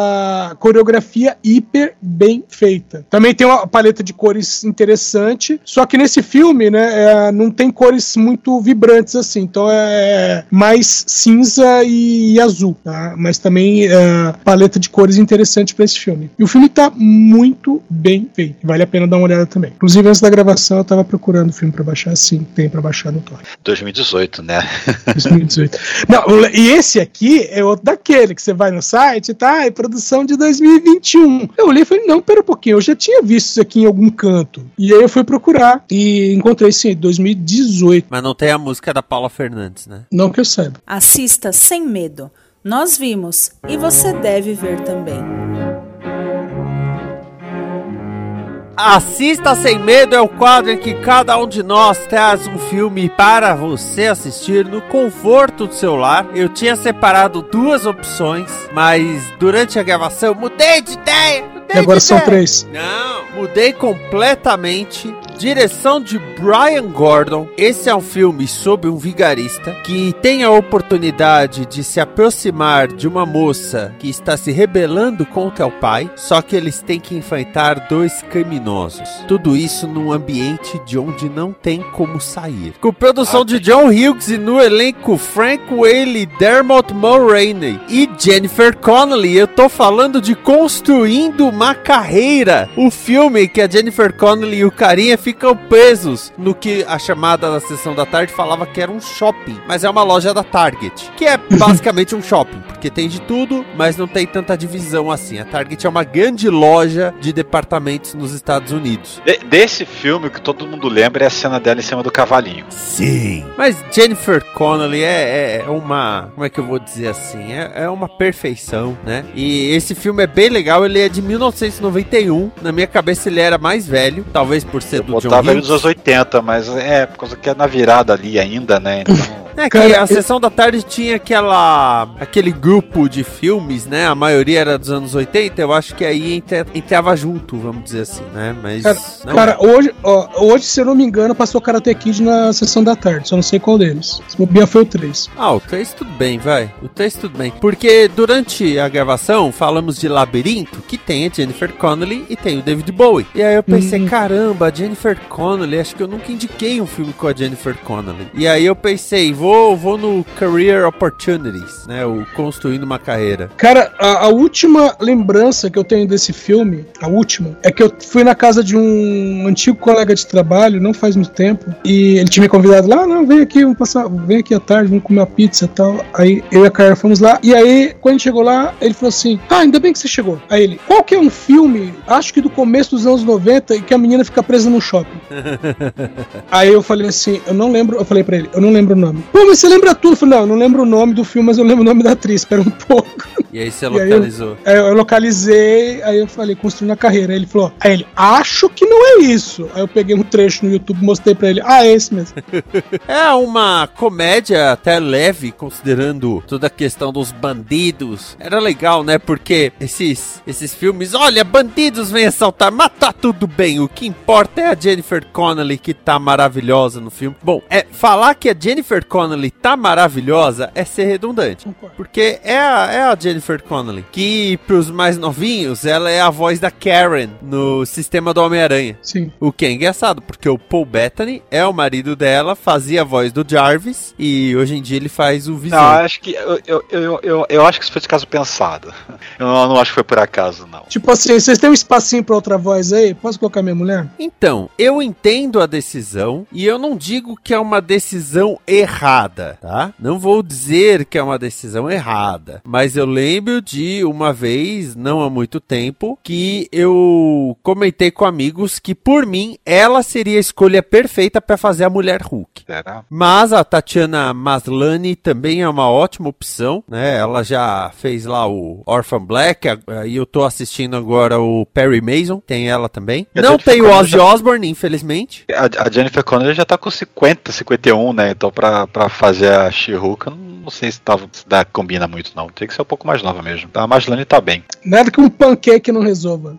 a coreografia hiper bem feita. Também tem uma paleta de cores interessante, só que nesse filme, né, é, não tem cores muito vibrantes assim, então é mais cinza e azul, tá? Mas também é, paleta de cores interessante pra esse filme. E o filme tá muito bem feito, vale a pena dar uma olhada também. Inclusive antes da gravação eu tava procurando o filme pra baixar, sim, tem pra baixar no torrent. dois mil e dezoito, né? dois mil e dezoito. Não, e esse aqui é outro daquele que você vai no site, tá? É produção de dois mil e vinte e um. Eu olhei e falei, não, pera um pouquinho, eu já tinha visto isso aqui em algum canto. E aí eu fui procurar e encontrei sim, dois mil e dezoito. Mas não tem a música da Paula Fernandes, né? Não que eu saiba. Assista sem medo. Nós vimos e você deve ver também. Assista Sem Medo é o quadro em que cada um de nós traz um filme para você assistir no conforto do seu lar. Eu tinha separado duas opções, mas durante a gravação mudei de ideia. Mudei e agora de são ideia. três. Não, mudei completamente. Direção de Brian Gordon. Esse é um filme sobre um vigarista que tem a oportunidade de se aproximar de uma moça que está se rebelando contra o pai, só que eles têm que enfrentar dois criminosos. Tudo isso num ambiente de onde não tem como sair. Com produção de John Hughes e no elenco Frank Whaley, Dermot Mulroney e Jennifer Connelly. Eu tô falando de Construindo uma Carreira. O filme que a Jennifer Connelly e o carinha ficam presos no que a chamada da sessão da tarde falava que era um shopping, mas é uma loja da Target, que é basicamente um shopping, porque tem de tudo, mas não tem tanta divisão assim. A Target é uma grande loja de departamentos nos Estados Unidos. De- desse filme, o que todo mundo lembra é a cena dela em cima do cavalinho. Sim. Mas Jennifer Connelly é, é uma... Como é que eu vou dizer assim? É, é uma perfeição, né? E esse filme é bem legal. Ele é de mil novecentos e noventa e um. Na minha cabeça ele era mais velho. Talvez por ser Eu do John botava ele Hughes. nos anos oitenta, mas é por causa que é na virada ali ainda, né? Então... É que Cara, a sessão da tarde tinha aquela, aquele grupo de filmes, né? A maioria era dos anos oitenta. Eu acho que aí entra- entrava junto, vamos dizer assim, né? Mas... Cara, não. cara, hoje, ó, hoje, se eu não me engano, passou Karate Kid na sessão da tarde. Só não sei qual deles. Se bobear foi o três. Ah, o três tudo bem, vai. O três tudo bem. Porque durante a gravação falamos de Labirinto, que tem a Jennifer Connelly e tem o David Bowie. E aí eu pensei, Hum. caramba, a Jennifer Connelly, acho que eu nunca indiquei um filme com a Jennifer Connelly. E aí eu pensei, vou, vou no Career Opportunities, né? O Construindo uma Carreira. Cara, a, a última lembrança que eu tenho desse filme, a última, é que eu fui na casa de um antigo colega de trabalho, não faz muito tempo, e ele tinha me convidado lá, não, vem aqui, vamos passar, vem aqui à tarde, vamos comer uma pizza e tal. Aí eu e a Carla fomos lá, e aí, quando a gente chegou lá, ele falou assim, ah, ainda bem que você chegou. Aí ele, qual que é um filme, acho que do começo dos anos noventa, e que a menina fica presa no shopping? Aí eu falei assim, eu não lembro, eu falei pra ele, eu não lembro o nome. Pô, mas você lembra tudo? Eu falei, não, eu não lembro o nome do filme, mas eu lembro o nome da atriz, espera um pouco. E aí você E aí localizou. Aí eu localizei, aí eu falei, construindo a carreira. Aí ele falou, aí ele, acho que não é isso. Aí eu peguei um trecho no YouTube, mostrei pra ele, ah, é esse mesmo. É uma comédia até leve, considerando toda a questão dos bandidos. Era legal, né? Porque esses, esses filmes, olha, bandidos vêm assaltar, mas tá tudo bem. O que importa é a Jennifer Connelly, que tá maravilhosa no filme. Bom, é falar que a Jennifer Connelly tá maravilhosa é ser redundante. Porque é a, é a Jennifer Connelly, que pros mais novinhos, ela é a voz da Karen no Sistema do Homem-Aranha. Sim. O que é engraçado, porque o Paul Bettany é o marido dela, fazia a voz do Jarvis e hoje em dia ele faz o Visão. Não, acho que eu, eu, eu, eu, eu acho que isso foi de caso pensado. Eu não, não acho que foi por acaso, não. Tipo assim, vocês têm um espacinho pra outra voz aí? Posso colocar minha mulher? Então, eu entendo a decisão e eu não digo que é uma decisão errada, tá? Não vou dizer que é uma decisão errada, mas eu lembro de uma vez, não há muito tempo, que eu comentei com amigos que por mim ela seria a escolha perfeita pra fazer a Mulher Hulk. Será? Mas a Tatiana Maslany também é uma ótima opção, né? Ela já fez lá o Orphan Black, aí eu tô assistindo agora o Perry Mason, tem ela também. E a Não Jennifer tem o Connelly Ozzy já- Osbourne, infelizmente. A, a Jennifer Connelly já tá com cinquenta, cinquenta e um, né? Então pra, pra fazer a She-Hulk, eu não não sei se, tava, se dá, combina muito, não. Tem que ser um pouco mais nova mesmo. A Maslany tá bem. Nada que um pancake não resolva.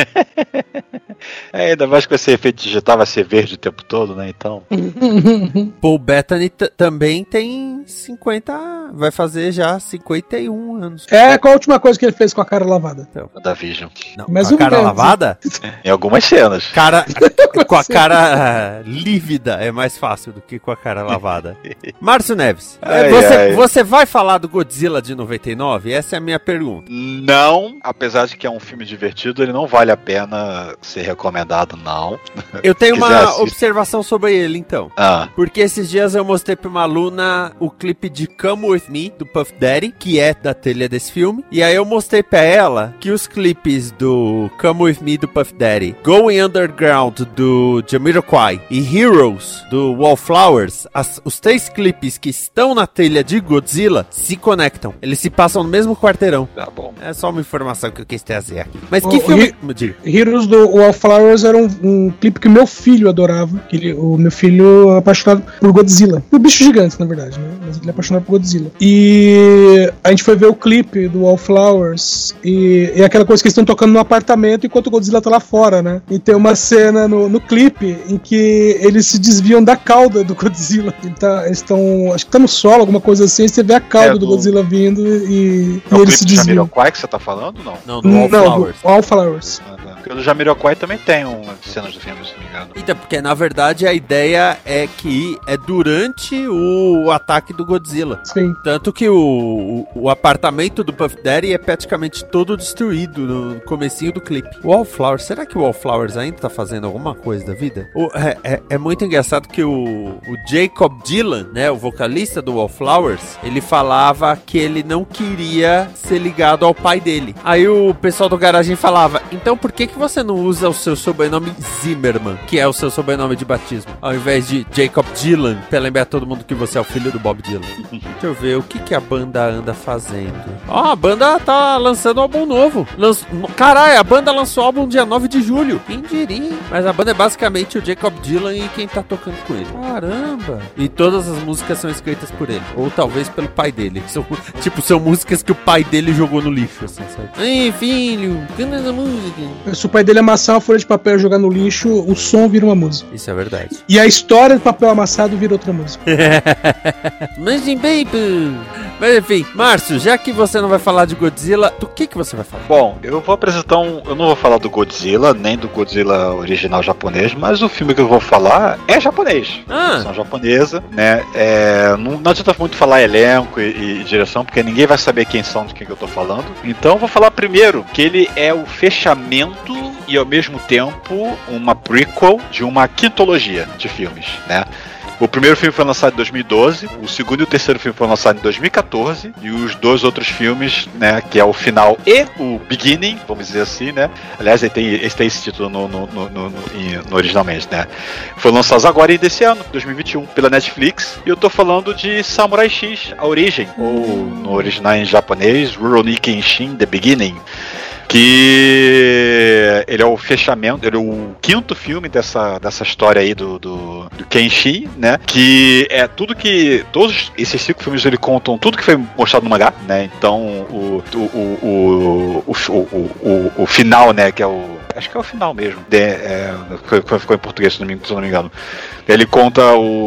É, ainda mais com esse efeito digital, vai ser verde o tempo todo, né? Então. Paul Bettany t- também tem cinquenta, vai fazer já cinquenta e um anos. É, qual a última coisa que ele fez com a cara lavada? Da Vision. Não, Mais com a ou cara menos. lavada? Em algumas cenas. Cara, com a cara lívida é mais fácil do que com a cara lavada. Márcio Neves, Ai, você, ai. você vai falar do Godzilla de noventa e nove? Essa é a minha pergunta. Não, apesar de que é um filme divertido, ele não vale a pena ser recomendado, não. Eu tenho Se quiser, uma assista. observação sobre ele, então. Ah, Porque esses dias eu mostrei pra uma aluna o clipe de Come With Me, do Puff Daddy, que é da trilha desse filme. E aí eu mostrei pra ela que os clipes do Come With Me, do Puff Daddy, Going Underground, do Jamiroquai, e Heroes, do Wallflowers, as, os três clipes que estão na trilha de Godzilla se conectam. Eles se passam no mesmo quarteirão. tá bom. É só uma informação que eu quis trazer aqui. Mas O- que o filme... He- Me diga. Heroes do Wallflowers era um, um clipe que meu filho adorava. Que ele- o meu filho é apaixonado por Godzilla. Por bicho gigante, na verdade, né? Mas ele é apaixonado por Godzilla. E a gente foi ver o clipe do Wallflowers. E é aquela coisa que eles estão tocando no apartamento enquanto o Godzilla tá lá fora, né? E tem uma cena no, no clipe em que eles se desviam da cauda do Godzilla. Ele tá, eles estão. Acho que tá no solo, alguma coisa assim. Aí você vê a cauda É, do do- Godzilla vindo e, É e o eles se clipe de desviam. Jamiroquai que você tá falando, não? Não, do Não, do Wallflowers. Wallflowers. Ah, tá. Porque o do Jamiroquai também tem umas cenas do filme, se não me engano. Então, porque na verdade a ideia é que é durante o ataque do Godzilla. Sim. Tanto que o, o, o apartamento do Puff Daddy é praticamente todo destruído no comecinho do clipe. O Wallflowers, será que o Wallflowers ainda tá fazendo alguma coisa da vida? O, é, é, é muito engraçado que o, o Jacob Dylan, né, o vocalista do Wallflowers, ele falava que ele não queria ser ligado ao pai dele. Aí o pessoal do Garagem falava, então por que que você não usa o seu sobrenome Zimmerman, que é o seu sobrenome de batismo, ao invés de Jacob Dylan, pra lembrar todo mundo que você é o filho do Bob Dylan? Deixa eu ver, o que que a banda anda fazendo? Ó, oh, a banda tá lançando um álbum novo. Lanç... Caralho, a banda lançou o álbum dia nove de julho. Quem diria? Mas a banda é basicamente o Jacob Dylan e quem tá tocando com ele. Caramba! E todas as músicas são escritas por ele. Ou talvez pelo pai dele. São, tipo, são músicas que o pai dele jogou no lixo, assim, sabe? Ei, filho, canta essa música. Se o pai dele amassar uma folha de papel e jogar no lixo, o som vira uma música. Isso é verdade. E a história do papel amassado vira outra música. Mas baby. Mas enfim, Márcio, já que você não vai falar de Godzilla, do que que você vai falar? Bom, eu vou apresentar um... Eu não vou falar do Godzilla, nem do Godzilla original japonês, mas o filme que eu vou falar é japonês. Ah. São japonesa, né? É, não, não adianta muito falar elenco e, e direção, porque ninguém vai saber quem são, de quem que eu tô falando. Então eu vou falar primeiro que ele é o fechamento e ao mesmo tempo uma prequel de uma quintologia de filmes, né? O primeiro filme foi lançado em dois mil e doze, o segundo e o terceiro filme foram lançados em dois mil e quatorze, e os dois outros filmes, né, que é o final e o beginning, vamos dizer assim, né? Aliás, ele tem, ele tem esse título no, no, no, no, no originalmente, né? Foram lançados agora e desse ano, dois mil e vinte e um, pela Netflix, e eu tô falando de Samurai X, A Origem, ou no original em japonês, Rurouni Kenshin, The Beginning, que ele é o fechamento, ele é o quinto filme dessa, dessa história aí do, do, do Kenshin, né? Que é tudo que... Todos esses cinco filmes ele contam tudo que foi mostrado no mangá, né? Então o, o, o, o, o, o, o final, né? Que é o... Acho que é o final mesmo. De, é, ficou, ficou em português, se não me, se não me engano. Ele conta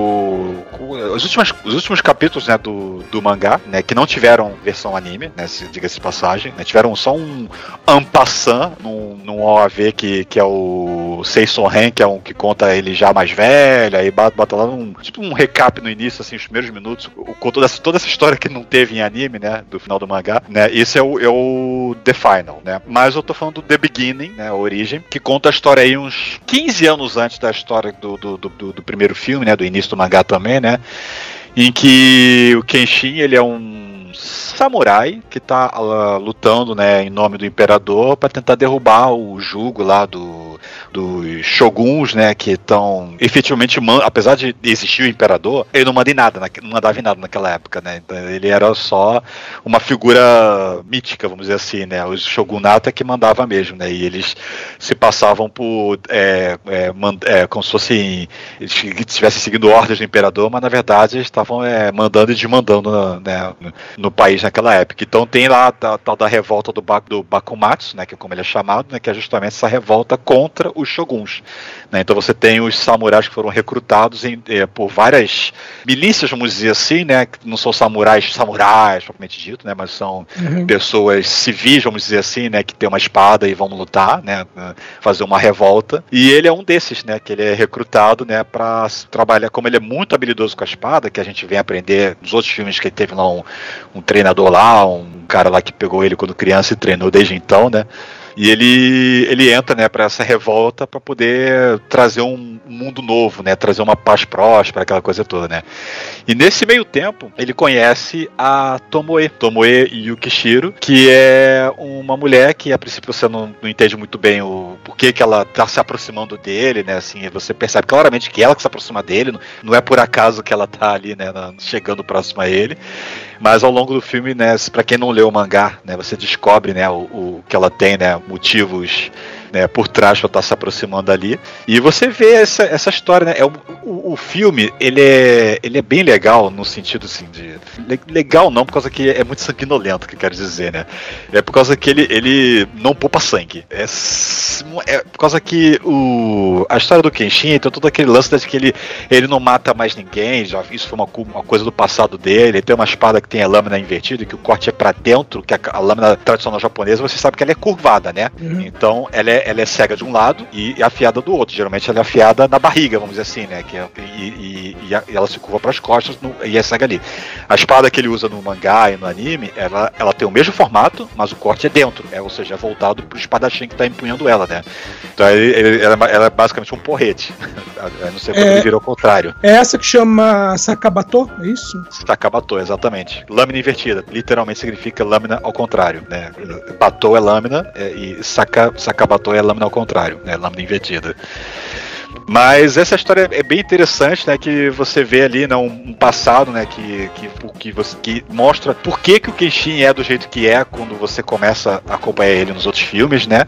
o, os, últimos, os últimos capítulos, né, do, do mangá, né, que não tiveram versão anime, né, diga-se de passagem, né, tiveram só um en passant num, num O A V que, que é o Seison Ren, que é um que conta ele já mais velho, aí bota, bota lá um, tipo um recap no início, assim, os primeiros minutos, com toda essa, toda essa história que não teve em anime, né, do final do mangá, né, esse é o, é o The Final, né, mas eu tô falando do The Beginning, né, a Origem, que conta a história aí uns quinze anos antes da história do, do, do, do primeiro filme, né, do início do mangá também, né, em que o Kenshin, ele é um samurai que tá uh, lutando, né, em nome do imperador para tentar derrubar o jugo lá do, dos shoguns, né, que estão efetivamente, apesar de existir o imperador, ele não manda em nada, não mandava em nada naquela época, né, então ele era só uma figura mítica, vamos dizer assim, né, os shogunato é que mandava mesmo, né, e eles se passavam por é, é, mand, é, como se fossem, eles estivessem seguindo ordens do imperador, mas na verdade eles estavam é, mandando e desmandando, né, no, no país naquela época. Então tem lá a tal da revolta do, ba, do Bakumatsu, né, que é como ele é chamado, né, que é justamente essa revolta contra os shoguns, né. Então você tem os samurais que foram recrutados em, é, por várias milícias, vamos dizer assim, né, que não são samurais, samurais propriamente dito, né, mas são uhum. pessoas civis, vamos dizer assim, né, que tem uma espada e vão lutar, né, fazer uma revolta. E ele é um desses, né, que ele é recrutado, né, para trabalhar, como ele é muito habilidoso com a espada, que a gente vem aprender nos outros filmes que ele teve lá um, um treinador lá, um cara lá que pegou ele quando criança e treinou desde então, né? E ele, ele entra, né, para essa revolta para poder trazer um mundo novo, né, trazer uma paz próspera, aquela coisa toda, né. E nesse meio tempo, ele conhece a Tomoe, Tomoe Yukishiro, que é uma mulher que a princípio você não, não entende muito bem o porquê que ela tá se aproximando dele, né, assim, você percebe claramente que ela que se aproxima dele, não é por acaso que ela tá ali, né, chegando próximo a ele. Mas ao longo do filme, né, para quem não leu o mangá, né, você descobre, né, o, o que ela tem, né, motivos, né, por trás para estar tá se aproximando ali. E você vê essa, essa história, né, é o, o, o filme, ele é, ele é bem legal no sentido assim de... Legal não, por causa que é muito sanguinolento, que eu quero dizer, né? É por causa que ele, ele não poupa sangue. É, é por causa que o, a história do Kenshin tem todo aquele lance de que ele, ele não mata mais ninguém, já, isso foi uma, uma coisa do passado dele. Ele tem uma espada que tem a lâmina invertida, que o corte é pra dentro, que a, a lâmina tradicional japonesa, você sabe que ela é curvada, né? Uhum. Então ela é, ela é cega de um lado e afiada do outro. Geralmente ela é afiada na barriga, vamos dizer assim, né? Que é, e, e, e, a, e ela se curva para as costas no, e é cega ali. A espada que ele usa no mangá e no anime, ela, ela tem o mesmo formato, mas o corte é dentro, é, ou seja, é voltado pro espadachim que tá empunhando ela, né? Então ele, ele, ela, ela é basicamente um porrete. Eu não sei quando é, ele virou ao contrário. É essa que chama Sakabato, é isso? Sakabato, exatamente. Lâmina invertida, literalmente significa lâmina ao contrário, né? Bato é lâmina é, e saka, Sakabato é lâmina ao contrário, né? Lâmina invertida. Mas essa história é bem interessante, né? Que você vê ali, né, um passado, né? Que, que, que, você, que mostra por que, que o Kenshin é do jeito que é quando você começa a acompanhar ele nos outros filmes, né?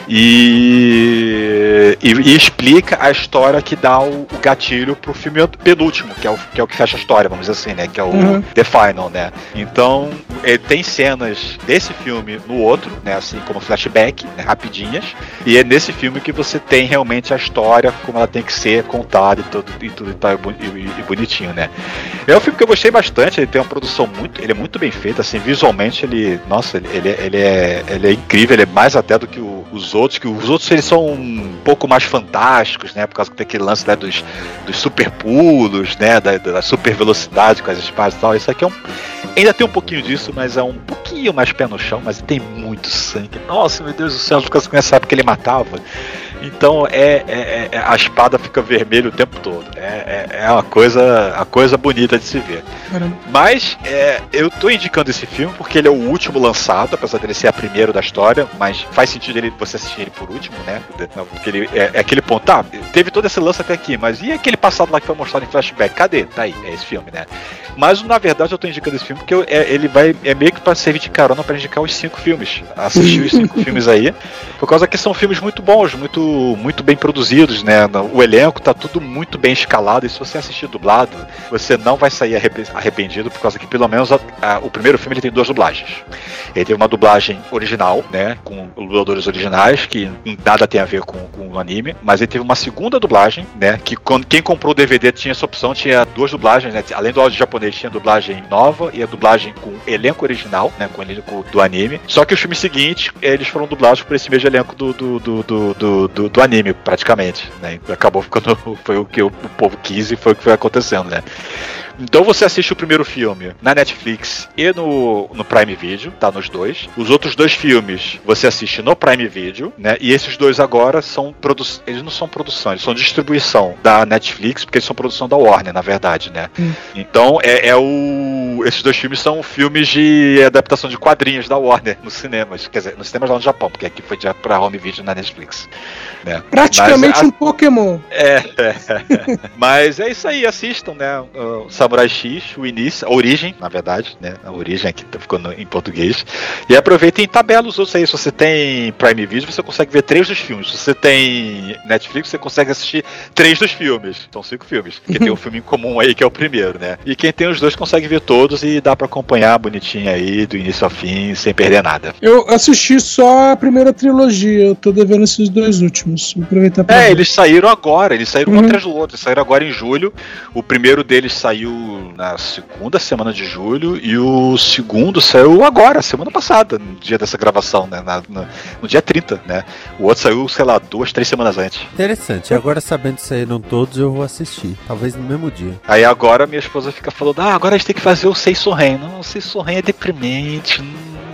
E, e, e explica a história que dá o, o gatilho pro filme penúltimo, que é, o, que é o que fecha a história, vamos dizer assim, né? Que é o uhum. The Final, né? Então, é, tem cenas desse filme no outro, né? Assim como flashback, né, rapidinhas. E é nesse filme que você tem realmente a história como ela tem que ser contada e tudo e tudo tá, e, e, e bonitinho, né? É um filme que eu gostei bastante, ele tem uma produção muito, ele é muito bem feito, assim, visualmente ele, nossa, ele, ele, ele, é, ele é incrível, ele é mais até do que o, os outros, que os outros eles são um pouco mais fantásticos, né? Por causa que tem aquele lance, né, dos, dos super pulos, né? Da, da super velocidade com as espadas e tal. Isso aqui é um, ainda tem um pouquinho disso, mas é um pouquinho mais pé no chão, mas tem muito sangue. Nossa, meu Deus do céu, porque você sabe que ele matava. Então é, é, é, a espada fica vermelha o tempo todo. É, é, é uma coisa, a coisa bonita de se ver. Caramba. Mas é, eu tô indicando esse filme porque ele é o último lançado, apesar dele ser a primeira da história, mas faz sentido ele, você assistir ele por último, né? Porque ele é, é aquele ponto, tá, teve todo esse lance até aqui, mas e aquele passado lá que foi mostrado em flashback? Cadê? Tá aí, é esse filme, né? Mas na verdade eu tô indicando esse filme porque eu, é, ele vai, é meio que pra servir de carona pra indicar os cinco filmes. Assistir os cinco filmes aí, por causa que são filmes muito bons, muito muito bem produzidos, né? O elenco tá tudo muito bem escalado e se você assistir dublado, você não vai sair arrependido, por causa que pelo menos a, a, o primeiro filme ele tem duas dublagens. Ele tem uma dublagem original, né? Com dubladores originais, que nada tem a ver com, com o anime, mas ele teve uma segunda dublagem, né? Que quando, quem comprou o D V D tinha essa opção, tinha duas dublagens, né? Além do áudio japonês, tinha a dublagem nova e a dublagem com elenco original, né? Com o elenco do anime. Só que os filmes seguintes, eles foram dublados por esse mesmo elenco do, do, do, do, do, do, do anime, praticamente, né? Acabou ficando, foi o que o povo quis e foi o que foi acontecendo, né? Então você assiste o primeiro filme na Netflix e no, no Prime Video, tá nos dois. Os outros dois filmes você assiste no Prime Video, né? E esses dois agora são produção, eles não são produção, eles são distribuição da Netflix, porque eles são produção da Warner, na verdade, né? Hum. Então é, é o, esses dois filmes são filmes de adaptação de quadrinhos da Warner nos cinemas, quer dizer, nos cinemas lá no Japão, porque aqui foi já pra home video na Netflix, né? Praticamente Mas, um a, Pokémon. É, é, é. Mas é isso aí, assistam, né? O Samurai X, o início, a origem, na verdade, né? A origem aqui ficou no, em português. E aproveitem e tabela os outros aí. Se você tem Prime Video, você consegue ver três dos filmes. Se você tem Netflix, você consegue assistir três dos filmes. São cinco filmes. Porque tem um filme em comum aí, que é o primeiro, né? E quem tem os dois consegue ver todos e dá pra acompanhar bonitinho aí, do início ao fim, sem perder nada. Eu assisti só a primeira trilogia. Eu tô devendo esses dois últimos. Vou aproveitar pra É, ver. eles saíram agora. Eles saíram um uhum. atrás do outro. Eles saíram agora em julho. O primeiro deles saiu na segunda semana de julho e o segundo saiu agora, semana passada, no dia dessa gravação, né? Na, no, no dia trinta, né? O outro saiu, sei lá, duas, três semanas antes. Interessante. Agora, sabendo que saíram todos, eu vou assistir. Talvez no mesmo dia. Aí agora minha esposa fica falando, ah, agora a gente tem que fazer o Sei Sorren. Não, o Sei Sorren é deprimente.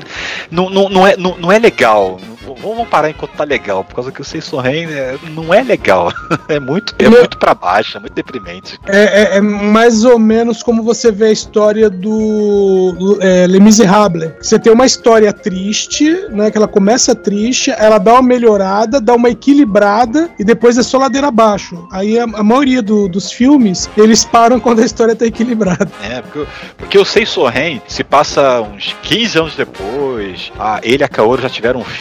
Não, não, não, é, não, não é legal. Vamos parar enquanto tá legal, por causa que o Sei Sorren é, não é legal. É muito, é muito pra baixo, é muito deprimente. É, é, é mais ou menos como você vê a história do é, Les Miserables. Você tem uma história triste, né? Que ela começa triste, ela dá uma melhorada, dá uma equilibrada e depois é só ladeira abaixo. Aí a, a maioria do, dos filmes, eles param quando a história tá equilibrada. É, porque, porque o Sei Sorren se passa uns quinze anos depois, ah, ele e a Kaoru já tiveram um filho,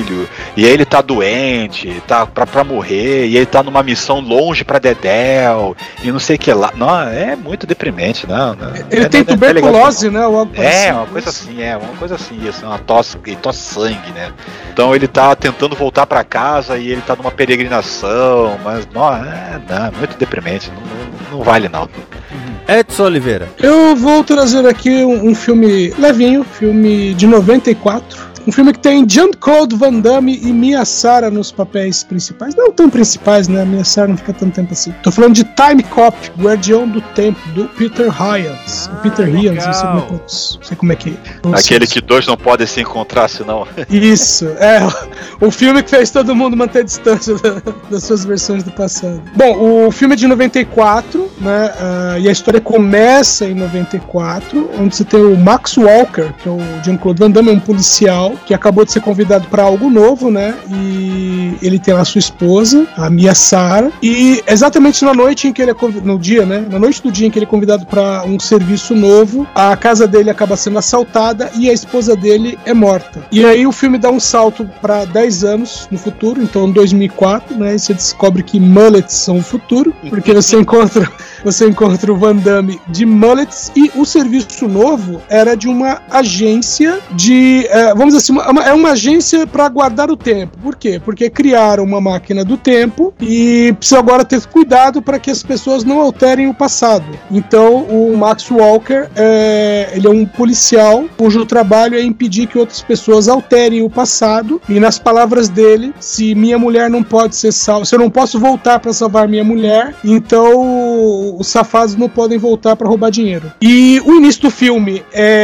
filho, e aí ele tá doente, tá pra, pra morrer, e ele tá numa missão longe pra Dedéu, e não sei o que lá. Não, é muito deprimente, não. não ele é, tem não, tuberculose, não é né? Algo é, uma coisa assim, é, uma coisa assim, assim, uma tosse, ele tosse sangue, né? Então ele tá tentando voltar pra casa e ele tá numa peregrinação, mas não, é, não, é muito deprimente, não, não, não vale não. Edson Oliveira. Eu vou trazer aqui um, um filme levinho, filme de noventa e quatro. Um filme que tem Jean-Claude Van Damme e Mia Sara nos papéis principais. Não tão principais, né? A Mia Sara não fica tanto tempo assim. Tô falando de Time Cop, Guardião do Tempo, do Peter Hyams. Ah, o Peter legal. Hyams, não sei como é, não sei como é que é. Aquele que dois não podem se encontrar, senão... Isso, é. O filme que fez todo mundo manter distância da, das suas versões do passado. Bom, o filme é de noventa e quatro, né? Uh, e a história começa em noventa e quatro, onde você tem o Max Walker, que é o Jean-Claude Van Damme, é um policial que acabou de ser convidado para algo novo, né? E ele tem lá sua esposa, a Mia Sara, e exatamente na noite em que ele é convidado, no dia, né? Na noite do dia em que ele é convidado para um serviço novo, a casa dele acaba sendo assaltada e a esposa dele é morta. E aí o filme dá um salto para dez anos no futuro, então em dois mil e quatro, né? E você descobre que mullets são o futuro, porque você encontra, você encontra o Van Damme de mullets e o serviço novo era de uma agência de, é, vamos dizer assim, uma, é uma agência para guardar o tempo. Por quê? Porque criaram uma máquina do tempo e precisa agora ter cuidado para que as pessoas não alterem o passado. Então o Max Walker é, ele é um policial cujo trabalho é impedir que outras pessoas alterem o passado, e nas palavras dele, se minha mulher não pode ser salva, se eu não posso voltar para salvar minha mulher, então os safados não podem voltar para roubar dinheiro. E o início do filme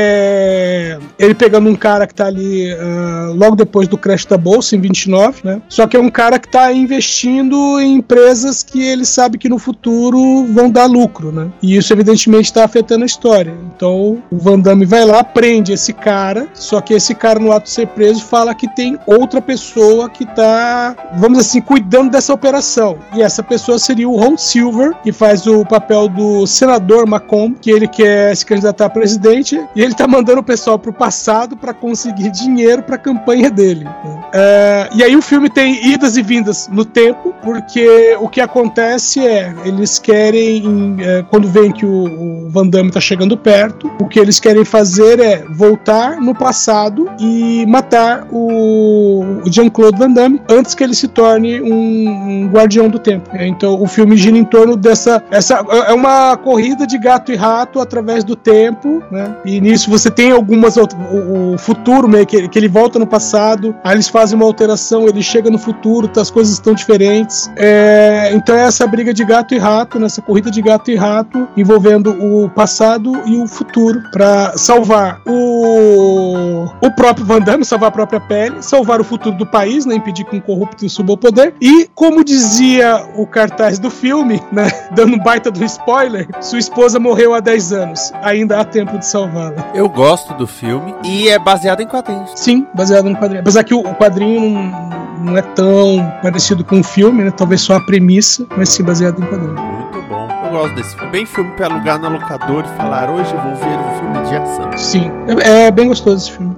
é ele pegando um cara que tá ali Uh, logo depois do crash da bolsa em vinte e nove, né? Só que é um cara que está investindo em empresas que ele sabe que no futuro vão dar lucro, né? E isso evidentemente está afetando a história. Então o Van Damme vai lá, prende esse cara, só que esse cara, no ato de ser preso, fala que tem outra pessoa que está, vamos assim, cuidando dessa operação. E essa pessoa seria o Ron Silver, que faz o papel do senador Macomb, que ele quer se candidatar a presidente, e ele está mandando o pessoal pro passado para conseguir dinheiro para a campanha dele. É, e aí o filme tem idas e vindas no tempo, porque o que acontece é, eles querem, é, quando veem que o, o Van Damme está chegando perto, o que eles querem fazer é voltar no passado e matar o, o Jean-Claude Van Damme antes que ele se torne um, um guardião do tempo. É, então o filme gira em torno dessa, essa, é uma corrida de gato e rato através do tempo, né? E nisso você tem algumas outras, o, o futuro meio que que ele volta no passado, aí eles fazem uma alteração, ele chega no futuro, as coisas estão diferentes. É, então é essa briga de gato e rato, nessa corrida de gato e rato, envolvendo o passado e o futuro, para salvar o, o próprio Van Damme, salvar a própria pele, salvar o futuro do país, né, impedir que um corrupto suba ao poder, e, como dizia o cartaz do filme, né, dando um baita do spoiler, sua esposa morreu há dez anos, ainda há tempo de salvá-la. Eu gosto do filme e é baseado em quadrinhos. Sim, baseado no quadrinho. Apesar que o quadrinho não, não é tão parecido com o filme, né? Talvez só a premissa, mas sim baseado em quadrinho. Muito bom. Eu gosto desse filme. Bem filme pra alugar no locador e falar, hoje eu vou ver um filme de ação. Sim, é, é bem gostoso esse filme.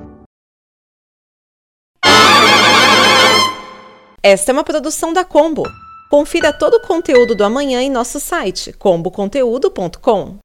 Esta é uma produção da Combo. Confira todo o conteúdo do amanhã em nosso site combo conteúdo ponto com.